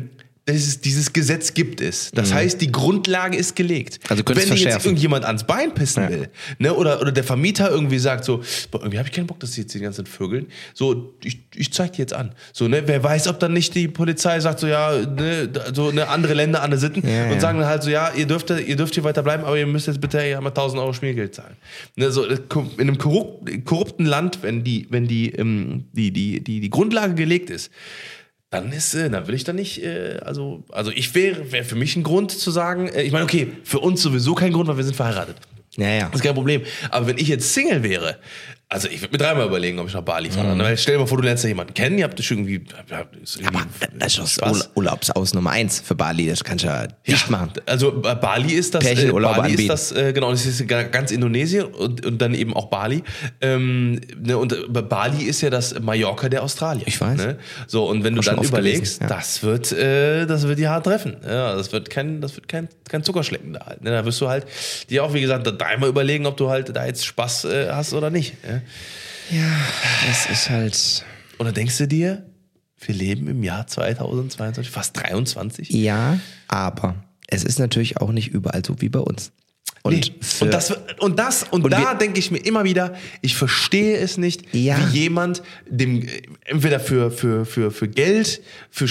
dieses, dieses Gesetz gibt es. Das mhm. heißt, die Grundlage ist gelegt. Also wenn dir verschärfen. jetzt irgendjemand ans Bein pissen ja. will, ne, oder, oder der Vermieter irgendwie sagt so, boah, irgendwie habe ich keinen Bock, dass die jetzt die ganzen Vögeln, so, ich, ich zeig dir jetzt an. So, ne, wer weiß, ob dann nicht die Polizei sagt so, ja, ne, so eine andere Länder, andere Sitten ja, und ja. sagen dann halt so, ja, ihr dürft, ihr dürft hier weiter bleiben, aber ihr müsst jetzt bitte ja mal tausend Euro Schmiergeld zahlen. Ne, so, in einem korrupt, korrupten Land, wenn die, wenn die, ähm, die, die, die, die Grundlage gelegt ist, dann ist, äh, dann will ich da nicht, äh, also, also ich wäre, wäre für mich ein Grund zu sagen, äh, ich meine, okay, für uns sowieso kein Grund, weil wir sind verheiratet. Ja, ja. Das ist kein Problem. Aber wenn ich jetzt Single wäre, also ich würde mir dreimal überlegen, ob ich nach Bali fahre. Mhm. Weil stell dir mal vor, du lernst ja jemanden kennen, ihr habt das irgendwie, ja, ist irgendwie aber das ist das Urlaubsaus Nummer eins für Bali, das kannst du ja nicht ja, machen. Also Bali ist das, äh, Bali anbieten. ist das, äh, genau, das ist ganz Indonesien und, und dann eben auch Bali. Ähm, ne, und äh, Bali ist ja das Mallorca der Australier. Ich weiß. Ne? So, und wenn du dann überlegst, ja. das wird, äh, das wird die hart treffen. Ja, das wird kein, das wird kein, kein Zuckerschlecken da halt. Ne? Da wirst du halt dir auch, wie gesagt, dreimal überlegen, ob du halt da jetzt Spaß äh, hast oder nicht. Ja? Ja, das ist halt. Und dann denkst du dir, wir leben im Jahr zweitausendzweiundzwanzig, fast dreiundzwanzig. Ja, aber es ist natürlich auch nicht überall so wie bei uns. Und, nee. und das und das und, und da denke ich mir immer wieder, ich verstehe es nicht, ja. wie jemand dem entweder für für für für Geld, für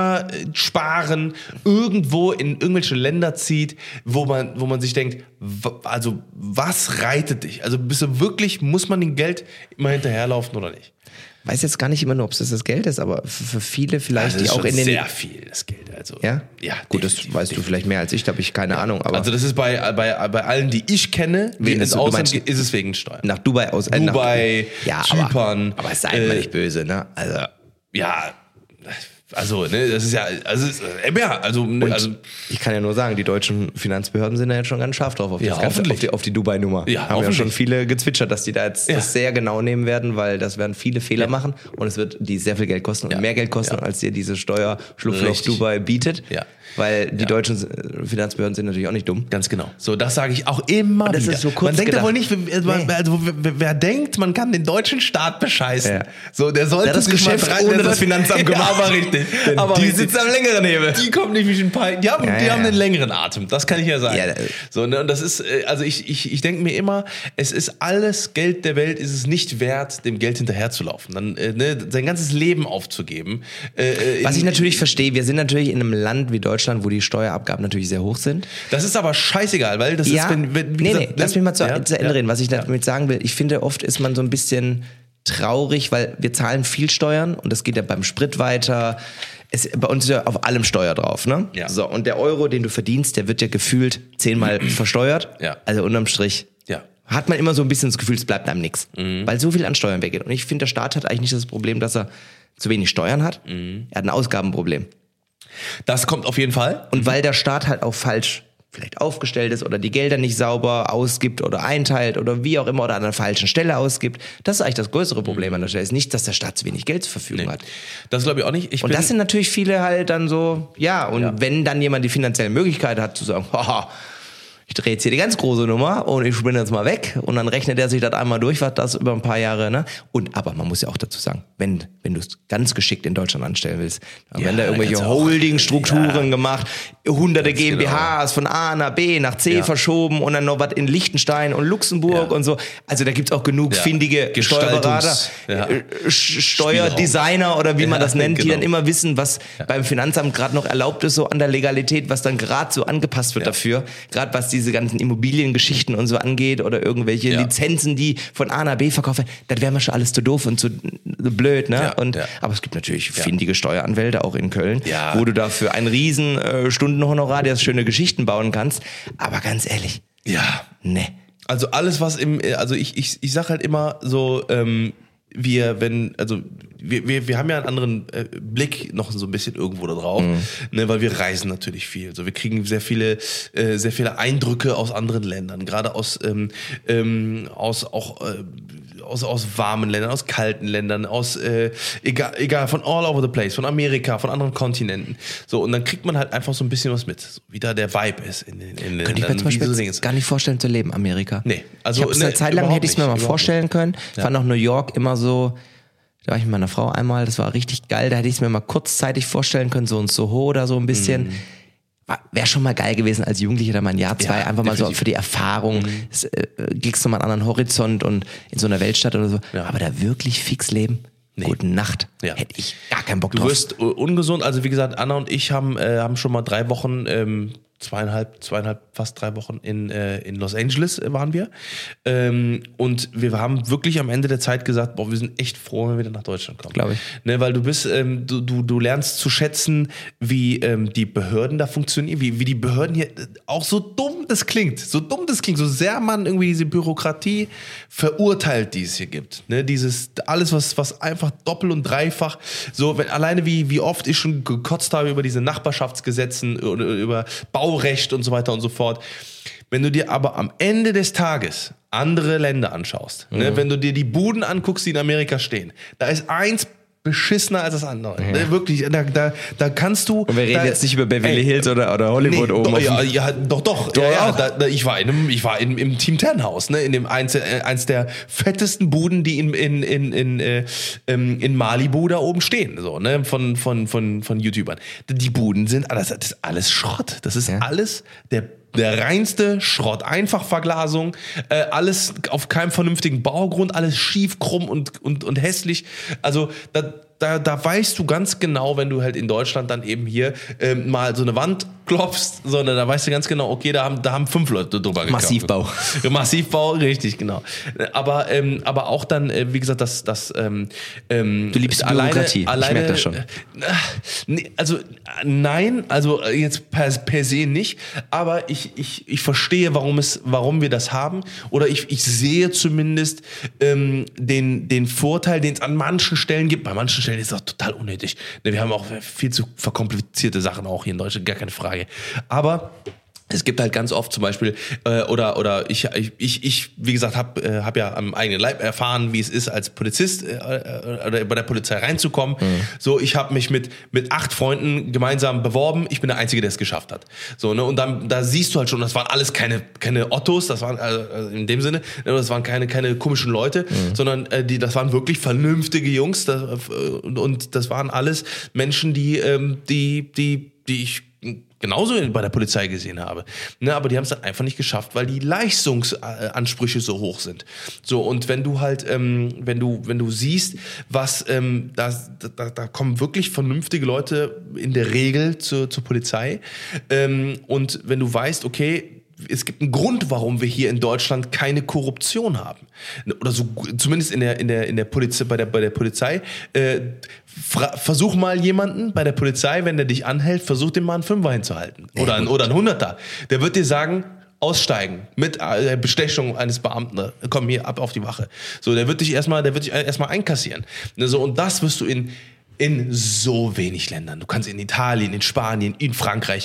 Steuersparen irgendwo in irgendwelche Länder zieht, wo man wo man sich denkt, also was reitet dich? Also bist du wirklich, muss man dem Geld immer hinterherlaufen oder nicht? Weiß jetzt gar nicht immer nur, ob es das Geld ist, aber für viele vielleicht, also die auch in den... sehr viel, das Geld. Also, ja? Ja. Gut, das weißt definitiv. Du vielleicht mehr als ich, da habe ich keine ja. Ahnung. Aber also das ist bei, bei, bei allen, die ich kenne, wie ins Ausland ist es wegen Steuern. Nach Dubai aus... Äh, Dubai, nach, ja, Zypern. Aber, aber seid äh, mal nicht böse, ne? Also... Ja... Also, ne, das ist ja, also, äh, ja, also, ne, also, ich kann ja nur sagen, die deutschen Finanzbehörden sind ja jetzt schon ganz scharf drauf auf, ja, das Ganze, auf die, auf die Dubai-Nummer. Ja, haben ja schon viele gezwitschert, dass die da jetzt ja. das sehr genau nehmen werden, weil das werden viele Fehler ja. machen und es wird die sehr viel Geld kosten und ja. mehr Geld kosten, ja. als dir diese Steuerschlupfloch Dubai bietet. Ja. Weil die ja. deutschen Finanzbehörden sind natürlich auch nicht dumm. Ganz genau. So, das sage ich auch immer das wieder. Ist so kurz man denkt ja wohl nicht, wer, nee. also, wer, wer denkt, man kann den deutschen Staat bescheißen. Ja. So, der sollte ja, das Geschäft mal ohne das Finanzamt gemacht. Aber richtig. Aber die sitzen am längeren Hebel. Die kommen nicht wie ein paar. Die haben, ja, die ja. haben einen längeren Atem. Das kann ich ja sagen. Ja, so, ne, und das ist, also ich, ich, ich denke mir immer, es ist alles Geld der Welt, ist es nicht wert, dem Geld hinterherzulaufen. Dann, ne, sein ganzes Leben aufzugeben. Äh, Was ich natürlich verstehe, wir sind natürlich in einem Land wie Deutschland, wo die Steuerabgaben natürlich sehr hoch sind. Das ist aber scheißegal, weil das ja, ist, wenn, wenn wie nee, gesagt, nee, lass mich mal zu, ja, zu Ende ja, reden, was ich ja. damit sagen will. Ich finde, oft ist man so ein bisschen traurig, weil wir zahlen viel Steuern und das geht ja beim Sprit weiter. Es, bei uns ist ja auf allem Steuer drauf, ne? Ja. So, und der Euro, den du verdienst, der wird ja gefühlt zehnmal versteuert. Ja. Also unterm Strich. Ja. Hat man immer so ein bisschen das Gefühl, es bleibt einem nichts. Mhm. Weil so viel an Steuern weggeht. Und ich finde, der Staat hat eigentlich nicht das Problem, dass er zu wenig Steuern hat. Mhm. Er hat ein Ausgabenproblem. Das kommt auf jeden Fall. Und weil der Staat halt auch falsch vielleicht aufgestellt ist oder die Gelder nicht sauber ausgibt oder einteilt oder wie auch immer oder an der falschen Stelle ausgibt, das ist eigentlich das größere Problem an der Stelle. Ist nicht, dass der Staat zu wenig Geld zur Verfügung nee. hat. Das glaube ich auch nicht. Ich und das sind natürlich viele halt dann so, ja, und ja. wenn dann jemand die finanzielle Möglichkeit hat zu sagen, haha, ich drehe jetzt hier die ganz große Nummer und ich spinne jetzt mal weg und dann rechnet er sich das einmal durch, was das über ein paar Jahre, ne? Und aber man muss ja auch dazu sagen, wenn wenn du es ganz geschickt in Deutschland anstellen willst, dann ja, werden da irgendwelche Holding-Strukturen ja. gemacht, hunderte G m b Hs genau. von A nach B nach C ja. verschoben und dann noch was in Liechtenstein und Luxemburg ja. und so. Also da gibt's auch genug ja. findige Steuerberater, ja. Steuerdesigner oder wie ja, man das nennt, genau. die dann immer wissen, was ja. beim Finanzamt gerade noch erlaubt ist, so an der Legalität, was dann gerade so angepasst wird ja. dafür, gerade was diese ganzen Immobiliengeschichten und so angeht oder irgendwelche ja. Lizenzen, die von A nach B verkauft werden, das wäre mir schon alles zu doof und zu blöd, ne? Ja, und, ja. Aber es gibt natürlich ja. findige Steueranwälte, auch in Köln, ja. wo du da für einen riesen äh, Stundenhonorar dir schöne Geschichten bauen kannst. Aber ganz ehrlich, ja, ne. Also alles, was im, also ich, ich, ich sag halt immer so, ähm, wir, wenn, also wir, wir, wir haben ja einen anderen äh, Blick noch so ein bisschen irgendwo da drauf, mhm. ne, weil wir reisen natürlich viel. So, wir kriegen sehr viele, äh, sehr viele Eindrücke aus anderen Ländern, gerade aus, ähm, ähm, aus auch äh, aus, aus warmen Ländern, aus kalten Ländern, aus äh, egal, egal, von all over the place, von Amerika, von anderen Kontinenten. So, und dann kriegt man halt einfach so ein bisschen was mit, so, wie da der Vibe ist in den in, in Könnte ich mir zum Beispiel gar nicht vorstellen zu leben, Amerika. Nee, also ich hab's eine ne, Zeit lang hätte ich es mir mal vorstellen können. Ich ja. fand auch New York immer so, Da war ich mit meiner Frau einmal, das war richtig geil. Da hätte ich es mir mal kurzzeitig vorstellen können, so ein Soho oder so ein bisschen. Mhm. Wäre schon mal geil gewesen als Jugendlicher, da mal ein Jahr, zwei, ja, einfach definitiv. Mal so für die Erfahrung, mhm. das, äh, kriegst du mal einen anderen Horizont und in so einer Weltstadt oder so. Ja. Aber da wirklich fix leben, nee. Gute Nacht, ja. Hätte ich gar keinen Bock drauf. Du wirst ungesund, also wie gesagt, Anna und ich haben, äh, haben schon mal drei Wochen, ähm, zweieinhalb, zweieinhalb, fast drei Wochen in, äh, in Los Angeles waren wir. Ähm, und wir haben wirklich am Ende der Zeit gesagt, boah, wir sind echt froh, wenn wir wieder nach Deutschland kommen. Glaube ich. Ne, weil du bist, ähm, du, du, du lernst zu schätzen, wie ähm, die Behörden da funktionieren, wie, wie die Behörden hier, auch so dumm das klingt, so dumm das klingt, so sehr man irgendwie diese Bürokratie verurteilt, die es hier gibt. Ne, dieses, alles, was, was einfach doppelt und dreifach, so, wenn, alleine wie, wie oft ich schon gekotzt habe über diese Nachbarschaftsgesetzen oder über Bau Recht und so weiter und so fort. Wenn du dir aber am Ende des Tages andere Länder anschaust, mhm. ne, wenn du dir die Buden anguckst, die in Amerika stehen, da ist eins beschissener als das andere. Ja. Ne, wirklich, da, da, da kannst du... Und wir reden da, jetzt nicht über Beverly ey, Hills oder, oder Hollywood nee, oben. Doch, ja, ja, doch, doch. doch ja, ja, da, da, ich war, in einem, ich war in, im Team Tannhaus, ne, in dem eins, äh, eins der fettesten Buden, die in, in, in, in, äh, in Malibu da oben stehen, so, ne, von, von, von, von YouTubern. Die Buden sind, das, das ist alles Schrott. Das ist ja. alles der Der reinste Schrott, Einfachverglasung, äh, alles auf keinem vernünftigen Baugrund, alles schief, krumm und, und, und hässlich. Also da, da, da weißt du ganz genau, wenn du halt in Deutschland dann eben hier ähm, mal so eine Wand klopfst, sondern da weißt du ganz genau, okay, da haben, da haben fünf Leute drüber gekauft. Massivbau. Massivbau, richtig, genau. Aber, ähm, aber auch dann, äh, wie gesagt, das, das ähm, du liebst Bürokratie, alleine, ich merke das schon. Äh, nee, also nein, also jetzt per, per se nicht, aber ich, ich, ich verstehe, warum, es, warum wir das haben, oder ich, ich sehe zumindest ähm, den, den Vorteil, den es an manchen Stellen gibt. Bei manchen Stellen ist das total unnötig. Wir haben auch viel zu verkomplizierte Sachen auch hier in Deutschland, gar keine Frage. Aber es gibt halt ganz oft zum Beispiel, äh, oder oder ich, ich, ich wie gesagt, habe äh, hab ja am eigenen Leib erfahren, wie es ist, als Polizist äh, oder bei der Polizei reinzukommen. Mhm. So, ich habe mich mit mit acht Freunden gemeinsam beworben. Ich bin der Einzige, der es geschafft hat. So, ne, und dann da siehst du halt schon, das waren alles keine keine Ottos, das waren also in dem Sinne, das waren keine keine komischen Leute, mhm. sondern äh, die, das waren wirklich vernünftige Jungs. Das, und, und das waren alles Menschen, die ähm, die die die ich genauso bei der Polizei gesehen habe. Ne, aber die haben es dann einfach nicht geschafft, weil die Leistungsansprüche so hoch sind. So, und wenn du halt, ähm, wenn du, wenn du siehst, was, ähm, da, da, da kommen wirklich vernünftige Leute in der Regel zur, zur Polizei. Ähm, und wenn du weißt, okay, es gibt einen Grund, warum wir hier in Deutschland keine Korruption haben. Oder so, zumindest in der, in der, in der Polizei, bei der, bei der Polizei. Äh, fra- versuch mal jemanden bei der Polizei, wenn der dich anhält, versuch den mal einen Fünfer hinzuhalten. Oder ein, oder ein Hunderter. Der wird dir sagen, aussteigen mit der Bestechung eines Beamten. Komm hier ab auf die Wache. So, der wird dich erstmal, der wird dich erstmal einkassieren. So, und das wirst du in in so wenig Ländern. Du kannst in Italien, in Spanien, in Frankreich,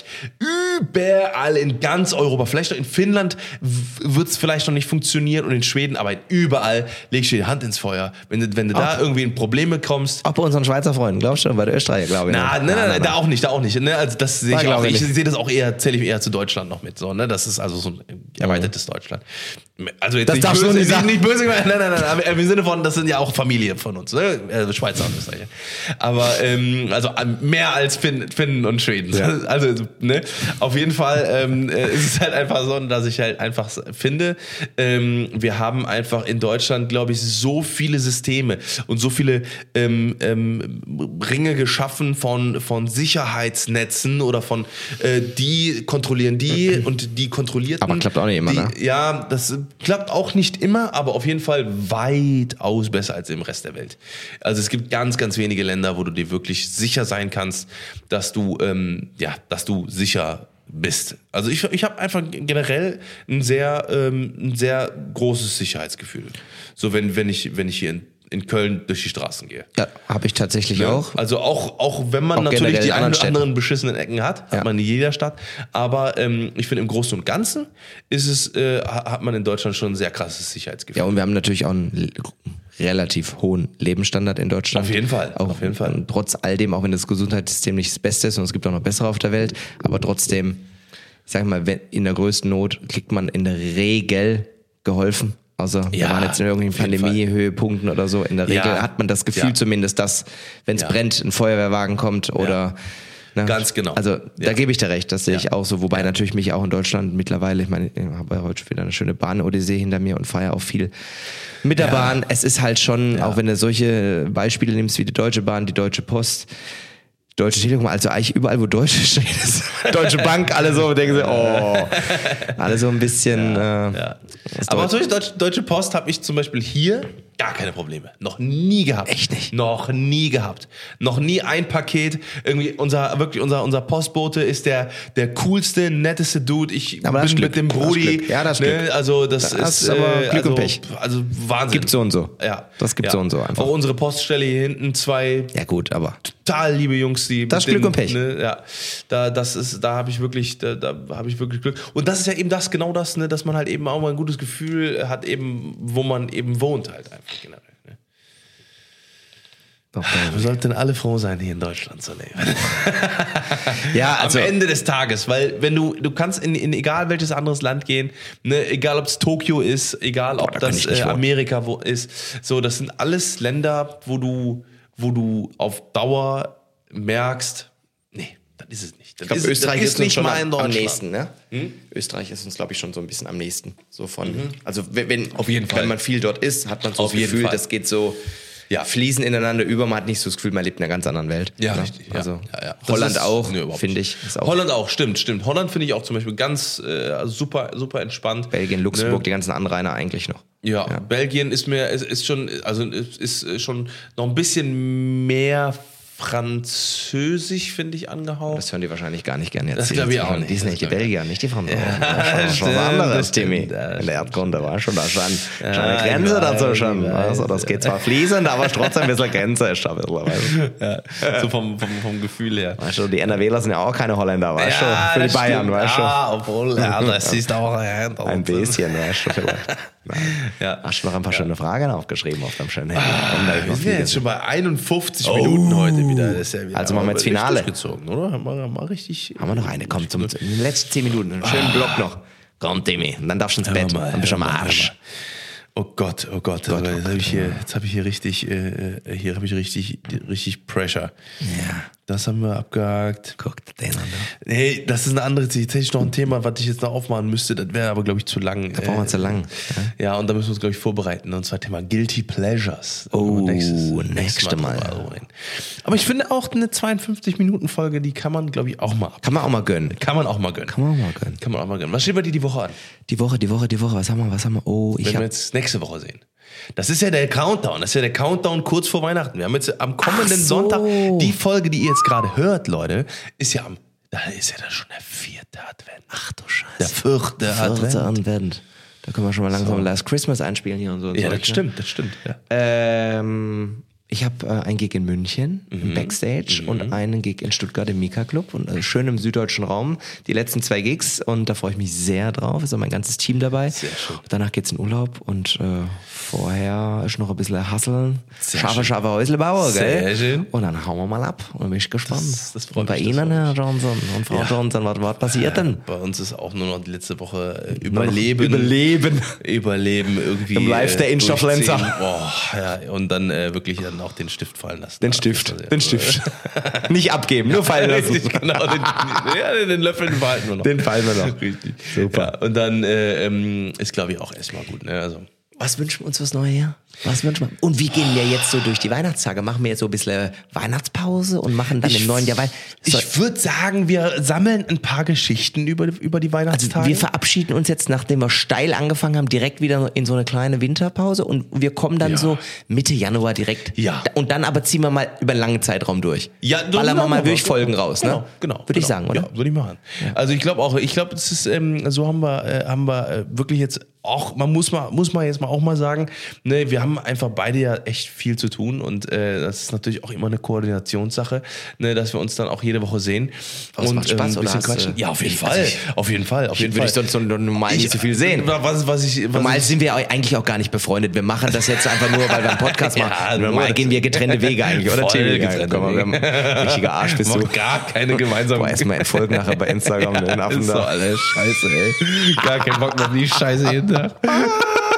überall in ganz Europa, vielleicht noch in Finnland wird es vielleicht noch nicht funktionieren und in Schweden, aber überall legst du die Hand ins Feuer. Wenn du, wenn du da irgendwie in Probleme kommst. Auch bei unseren Schweizer Freunden, glaubst du? Bei der Österreicher, glaube ich. Na, nein, nein, nein, da auch nicht, da auch nicht. Ne? Also das sehe ich auch. Ich sehe das auch eher, zähle ich eher zu Deutschland noch mit. So, ne? Das ist also so ein erweitertes mhm. Deutschland. Also jetzt das nicht böse, du nicht, nicht böse gemeint, nein, nein, nein, aber im Sinne von, das sind ja auch Familie von uns, ne? Also Schweizer und Österreicher. Aber ähm, also mehr als Finn, Finnen und Schweden. Ja. Also ne, auf jeden Fall ähm, äh, ist es halt einfach so, dass ich halt einfach finde, ähm, wir haben einfach in Deutschland, glaube ich, so viele Systeme und so viele ähm, ähm, Ringe geschaffen von von Sicherheitsnetzen oder von äh, die kontrollieren die und die kontrollierten. Aber klappt auch nicht immer, die, ne? Ja, das klappt auch nicht immer, aber auf jeden Fall weitaus besser als im Rest der Welt. Also es gibt ganz, ganz wenige Länder, wo du dir wirklich sicher sein kannst, dass du, ähm, ja, dass du sicher bist. Also ich, ich habe einfach generell ein sehr, ähm, ein sehr großes Sicherheitsgefühl. So wenn, wenn ich, wenn ich hier in in Köln durch die Straßen gehe. Ja, habe ich tatsächlich ja, auch. Also auch, auch wenn man auch natürlich die einen oder Städten. anderen beschissenen Ecken hat, hat ja. man in jeder Stadt. Aber ähm, ich finde, im Großen und Ganzen ist es, äh, hat man in Deutschland schon ein sehr krasses Sicherheitsgefühl. Ja, und wir haben natürlich auch einen relativ hohen Lebensstandard in Deutschland. Auf jeden Fall. Auch, auf jeden Fall. Und trotz all dem, auch wenn das Gesundheitssystem nicht das Beste ist und es gibt auch noch bessere auf der Welt, aber trotzdem, ich sage mal, in der größten Not kriegt man in der Regel geholfen. Also wir Ja, waren jetzt in irgendwelchen auf jeden Pandemie-Höhepunkten oder so. In der Regel Ja. hat man das Gefühl Ja. zumindest, dass, wenn es Ja. brennt, ein Feuerwehrwagen kommt oder... Ne? Ganz genau. Also da Ja. gebe ich dir recht, das sehe Ja. ich auch so. Wobei natürlich mich auch in Deutschland mittlerweile, ich meine, ich habe ja heute schon wieder eine schöne Bahn-Odyssee hinter mir und fahre auch viel mit der Ja. Bahn. Es ist halt schon, Ja. auch wenn du solche Beispiele nimmst wie die Deutsche Bahn, die Deutsche Post, Deutsche Telekom, also eigentlich überall, wo Deutsche steht, ist Deutsche Bank, alle so, denken sie, oh, alle so ein bisschen. Ja, äh, ja. das Aber Deutsch- durch Deutsche, Deutsche Post habe ich zum Beispiel hier gar keine Probleme. Noch nie gehabt. Echt nicht? Noch nie gehabt. Noch nie ein Paket. Irgendwie unser, wirklich unser, unser Postbote ist der, der coolste, netteste Dude. Ich Aber das bin ist mit dem Glück. Das ist Brudi. Glück. Ja, das ist ne? Glück. Also das, Das ist, ist aber äh, Glück und also, Pech. Also Wahnsinn. Gibt so und so. Ja. Das gibt ja. so und so einfach. Auch unsere Poststelle hier hinten, zwei Ja gut, aber total liebe Jungs, die Das ist mit Glück dem, und Pech. Ne, ja, da das ist, da habe ich wirklich, da, da habe ich wirklich Glück. Und das ist ja eben das, genau das, ne, dass man halt eben auch mal ein gutes Gefühl hat, eben, wo man eben wohnt halt einfach generell. Ne. doch, Wir sollten alle froh sein, hier in Deutschland zu leben. ja, also Am Ende des Tages, weil wenn du, du kannst in, in egal welches anderes Land gehen, ne, egal ob es Tokio ist, egal ob da kann das ich nicht äh, wohnen. Amerika wo ist, so, das sind alles Länder, wo du, wo du auf Dauer merkst, nee, das ist es nicht. Das Ich glaube, ist, Österreich das ist, ist uns nicht schon mal am, in am Deutschland. nächsten, ne? Österreich ist uns, glaube ich, schon so ein bisschen am nächsten. So von, also wenn, wenn, Auf jeden Fall. wenn man viel dort ist, hat man so Auf das jeden Gefühl, Fall. das geht so Ja. fließen ineinander über. Man hat nicht so das Gefühl, man lebt in einer ganz anderen Welt. Ja, ne? richtig. Ja. Also ja, ja. Das Holland ist- auch, nee, überhaupt finde nicht. ich. Ist auch Holland auch, stimmt, stimmt. Holland finde ich auch zum Beispiel ganz äh, super, super entspannt. Belgien, Luxemburg, Ne? die ganzen Anrainer eigentlich noch. Ja, Belgien ist mir, ist, ist schon, also ist, ist schon noch ein bisschen mehr französisch, finde ich, angehaucht. Das hören die wahrscheinlich gar nicht gerne Das erzählen. glaube ich Die auch hören- nicht. Die sind Das nicht die glaube ich Belgier, nicht die Franzosen. Ja, das ist schon stimmt, was anderes, das stimmt, Timmy. das In der Erdkunde war schon da schon, schon Ja, eine Grenze ich weiß, dazu schon. ich weiß. Also, das geht zwar fließend, aber trotzdem ein bisschen Grenze ist da ein bisschen. Weißt Ja, so vom, vom, vom Gefühl her. du? Weißt du, die NRWler sind ja auch keine Holländer, weißt du? Für die das Bayern, stimmt. weißt du? Ja, obwohl, ja, das ist auch ein, Ein bisschen, weißt du, vielleicht. Nein. Ja. Hast du noch ein paar schöne Fragen aufgeschrieben auf deinem schönen Handy? Komm, da ich Wir mal sind ja fliegen. jetzt schon bei einundfünfzig Minuten heute wieder. Das ist ja wieder Also machen wir jetzt Finale. Gezogen, oder? Haben wir mal richtig. Haben wir noch eine? Komm, zum, zum, in den letzten zehn Minuten. Einen schönen Block noch. Komm, Timmy. Und dann darfst du ins Bett. mal, Dann bist du am hör mal, Arsch. hör mal. Oh Gott, oh Gott, Gott, aber jetzt oh habe ich hier, jetzt habe ich hier richtig, äh, äh, hier habe ich richtig, richtig Pressure. Ja. Das haben wir abgehakt. Guck dir den an. du. Hey, das ist eine andere, jetzt hätte ich noch ein Thema, was ich jetzt noch aufmachen müsste, das wäre aber, glaube ich, zu lang. Da brauchen wir zu lang. Ja, und da müssen wir uns, glaube ich, vorbereiten. Und zwar Thema Guilty Pleasures. Da Oh, können wir nächstes, nächste Mal. drüber reden. Aber ich finde auch eine zweiundfünfzig-Minuten-Folge, die kann man, glaube ich, auch mal ab. Kann man auch mal gönnen. Kann man auch mal gönnen. Kann man auch mal gönnen. Kann man auch mal gönnen. Was steht bei dir die Woche an? Die Woche, die Woche, die Woche. Was haben wir, was haben wir? Oh, ich Wenn wir habe jetzt nächste Woche sehen. Das ist ja der Countdown. Das ist ja der Countdown kurz vor Weihnachten. Wir haben jetzt am kommenden Ach so. Sonntag, die Folge, die ihr jetzt gerade hört, Leute, ist ja am, da ist ja dann schon der vierte Advent. Ach du Scheiße. Der vierte Vierte Advent. Advent. Da können wir schon mal langsam Last Christmas einspielen hier und so. Und Ja, so, das stimmt, das stimmt. Ja. Ähm, ich habe äh, einen Gig in München im Backstage und einen Gig in Stuttgart im Mika Club und äh, schön im süddeutschen Raum. Die letzten zwei Gigs und da freue ich mich sehr drauf. Ist auch mein ganzes Team dabei. Sehr schön. Danach geht's in Urlaub und äh, vorher ist noch ein bisschen Hasseln. Sehr Scharfe, schön. scharfe Häuslebauer, gell? Sehr schön. Und dann hauen wir mal ab und bin ich gespannt. Das- das freut und bei mich, das Ihnen, freut Herr Johnson und Frau Ja. Johnson, was, was passiert denn? Bei uns ist auch nur noch die letzte Woche äh, Überleben. Überleben. Überleben irgendwie. Im Live der Instafluencer. durchziehen. Boah, ja, und dann äh, wirklich dann auch den Stift fallen lassen. Den Ja, Stift, das ist den ja- Stift. Nicht abgeben, nur fallen lassen. Richtig, genau. Den, ja, den Löffel den behalten wir noch. Den fallen wir noch. Richtig. Super. Ja, und dann äh, ähm, ist, glaube ich, auch erstmal gut. Ne? Also, Was wünschen wir uns fürs neue Jahr? Was wünschen wir? Und wie gehen wir jetzt so durch die Weihnachtstage? Machen wir jetzt so ein bisschen Weihnachtspause und machen dann im neuen Jahr weiter? ich würde sagen, wir sammeln ein paar Geschichten über, über die Also Weihnachtstage. wir verabschieden uns jetzt, nachdem wir steil angefangen haben, direkt wieder in so eine kleine Winterpause und wir kommen dann Ja. so Mitte Januar direkt. Ja. Und dann aber ziehen wir mal über einen langen Zeitraum durch. Ja, so Ballern wir machen mal wir. wirklich Folgen raus, genau, ne? Genau. Würde ich genau. sagen, oder? Ja, würde ich machen. Also ich glaube auch, ich glaube, es ist, ähm, so haben wir, äh, haben wir äh, wirklich jetzt auch, man muss mal, muss man jetzt mal auch mal sagen, ne, wir haben einfach beide ja echt viel zu tun und äh, das ist natürlich auch immer eine Koordinationssache, ne, dass wir uns dann auch jede Woche sehen. Aber es und macht Spaß, ähm, ein oder bisschen hast, quatschen. äh, Ja, auf jeden ich- Fall. also ich- auf jeden Fall. Auf jeden Würde Fall. ich sonst so normal nicht so viel sehen. Was, was ich, was Normal ich, sind wir eigentlich auch gar nicht befreundet. Wir machen das jetzt einfach nur, weil wir einen Podcast machen. Ja, Normal nur gehen wir getrennte Wege eigentlich, oder? Voll Timmy? getrennte Komm mal, wir haben- Richtiger Arsch bist du. macht gar keine gemeinsame Boah, erstmal Erfolg nachher bei Instagram, den Affen ist so da. alles Scheiße, ey. Gar keinen Bock mehr auf die Scheiße jeden Tag.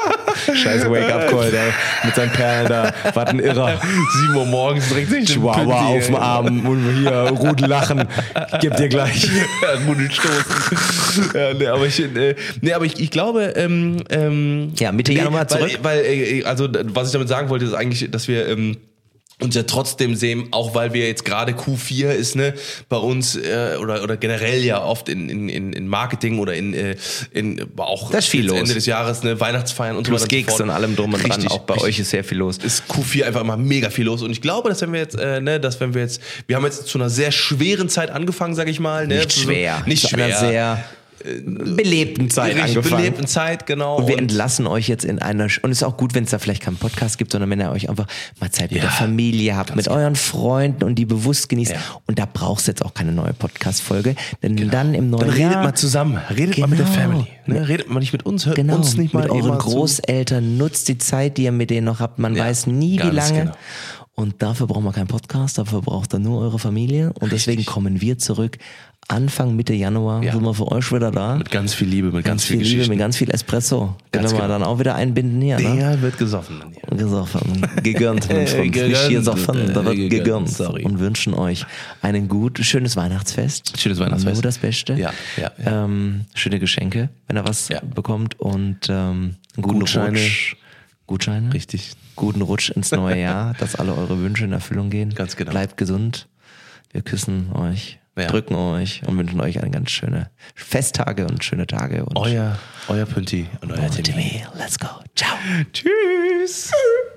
Scheiß Wake-up-Call, der mit seinen Perlen da. Was ein Irrer. sieben Uhr morgens direkt sich Chihuahua auf dem Arm und hier Rudel lachen. Gib dir gleich. Ja, Rudel stoßen. Ja, nee, aber ich, äh, nee, aber ich, ich glaube, ähm, ähm, Ja, Mitte nee, Januar zurück. Weil, weil, äh, also, was ich damit sagen wollte, ist eigentlich, dass wir, ähm, uns ja trotzdem sehen, auch weil wir jetzt gerade Q vier ist, ne, bei uns äh, oder oder generell ja oft in in in Marketing oder in äh, in auch das ist viel los. Ende des Jahres, ne, Weihnachtsfeiern und Plus so weiter Gigs und so und fort. allem drum und dran. Richtig, Auch bei richtig. euch ist sehr viel los. Ist Q vier einfach immer mega viel los und ich glaube, dass wenn wir jetzt äh, ne, dass wenn wir jetzt wir haben jetzt zu einer sehr schweren Zeit angefangen, sag ich mal, ne, Nicht zu so- schwer. nicht Zu schwer. einer sehr belebten Zeit Richtig angefangen. belebten Zeit, genau. Und wir entlassen euch jetzt in einer, und es ist auch gut, wenn es da vielleicht keinen Podcast gibt, sondern wenn ihr euch einfach mal Zeit mit Ja, der Familie habt, mit euren Freunden und die bewusst genießt. Ja. Und da brauchst du jetzt auch keine neue Podcast-Folge, denn dann im neuen Dann redet Jahr... mal zusammen, redet mal mit der Genau. Family. Ne? Redet mal nicht mit uns, hört Genau, uns nicht mal mit euren immer zu. Großeltern, nutzt die Zeit, die ihr mit denen noch habt. Man Ja, weiß nie, wie ganz lange. genau. Und dafür braucht man keinen Podcast, dafür braucht ihr nur eure Familie. Und deswegen kommen wir zurück. Anfang, Mitte Januar Ja. sind wir für euch wieder da. Mit ganz viel Liebe, mit ganz, Ganz viel viel Liebe, Geschichten. mit ganz viel Espresso. Können Ganz wir genau. dann auch wieder einbinden hier, ne? Der wird gesoffen. Dann hier. Gesoffen, gegönnt, Mensch, Äh, nicht hier gegönnt, soffen, da wird äh, gegönnt, gegönnt. sorry. Und wünschen euch einen gut, schönes Weihnachtsfest. Schönes Weihnachtsfest. Nur das Beste. Ja, ja, ja. Ähm, schöne Geschenke, wenn ihr was Ja. bekommt und ähm, einen guten Gutscheine. Rutsch. Gutscheine. Richtig. Guten Rutsch ins neue Jahr, dass alle eure Wünsche in Erfüllung gehen. Ganz genau. Bleibt gesund. Wir küssen euch, Ja. drücken euch und wünschen euch eine ganz schöne Festtage und schöne Tage. Und Euer, euer Pünti und euer und Timmy. Timmy, let's go. Ciao. Tschüss.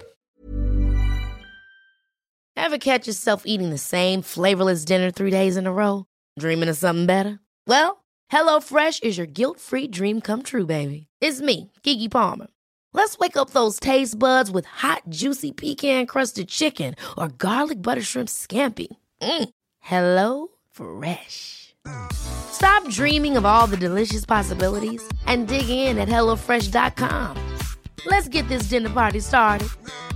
Ever catch yourself eating the same flavorless dinner three days in a row? Dreaming of something better? Well, HelloFresh is your guilt-free dream come true, baby. It's me, Keke Palmer. Let's wake up those taste buds with hot, juicy pecan-crusted chicken or garlic butter shrimp scampi. Mm. Hello Fresh. Stop dreaming of all the delicious possibilities and dig in at HelloFresh dot com. Let's get this dinner party started.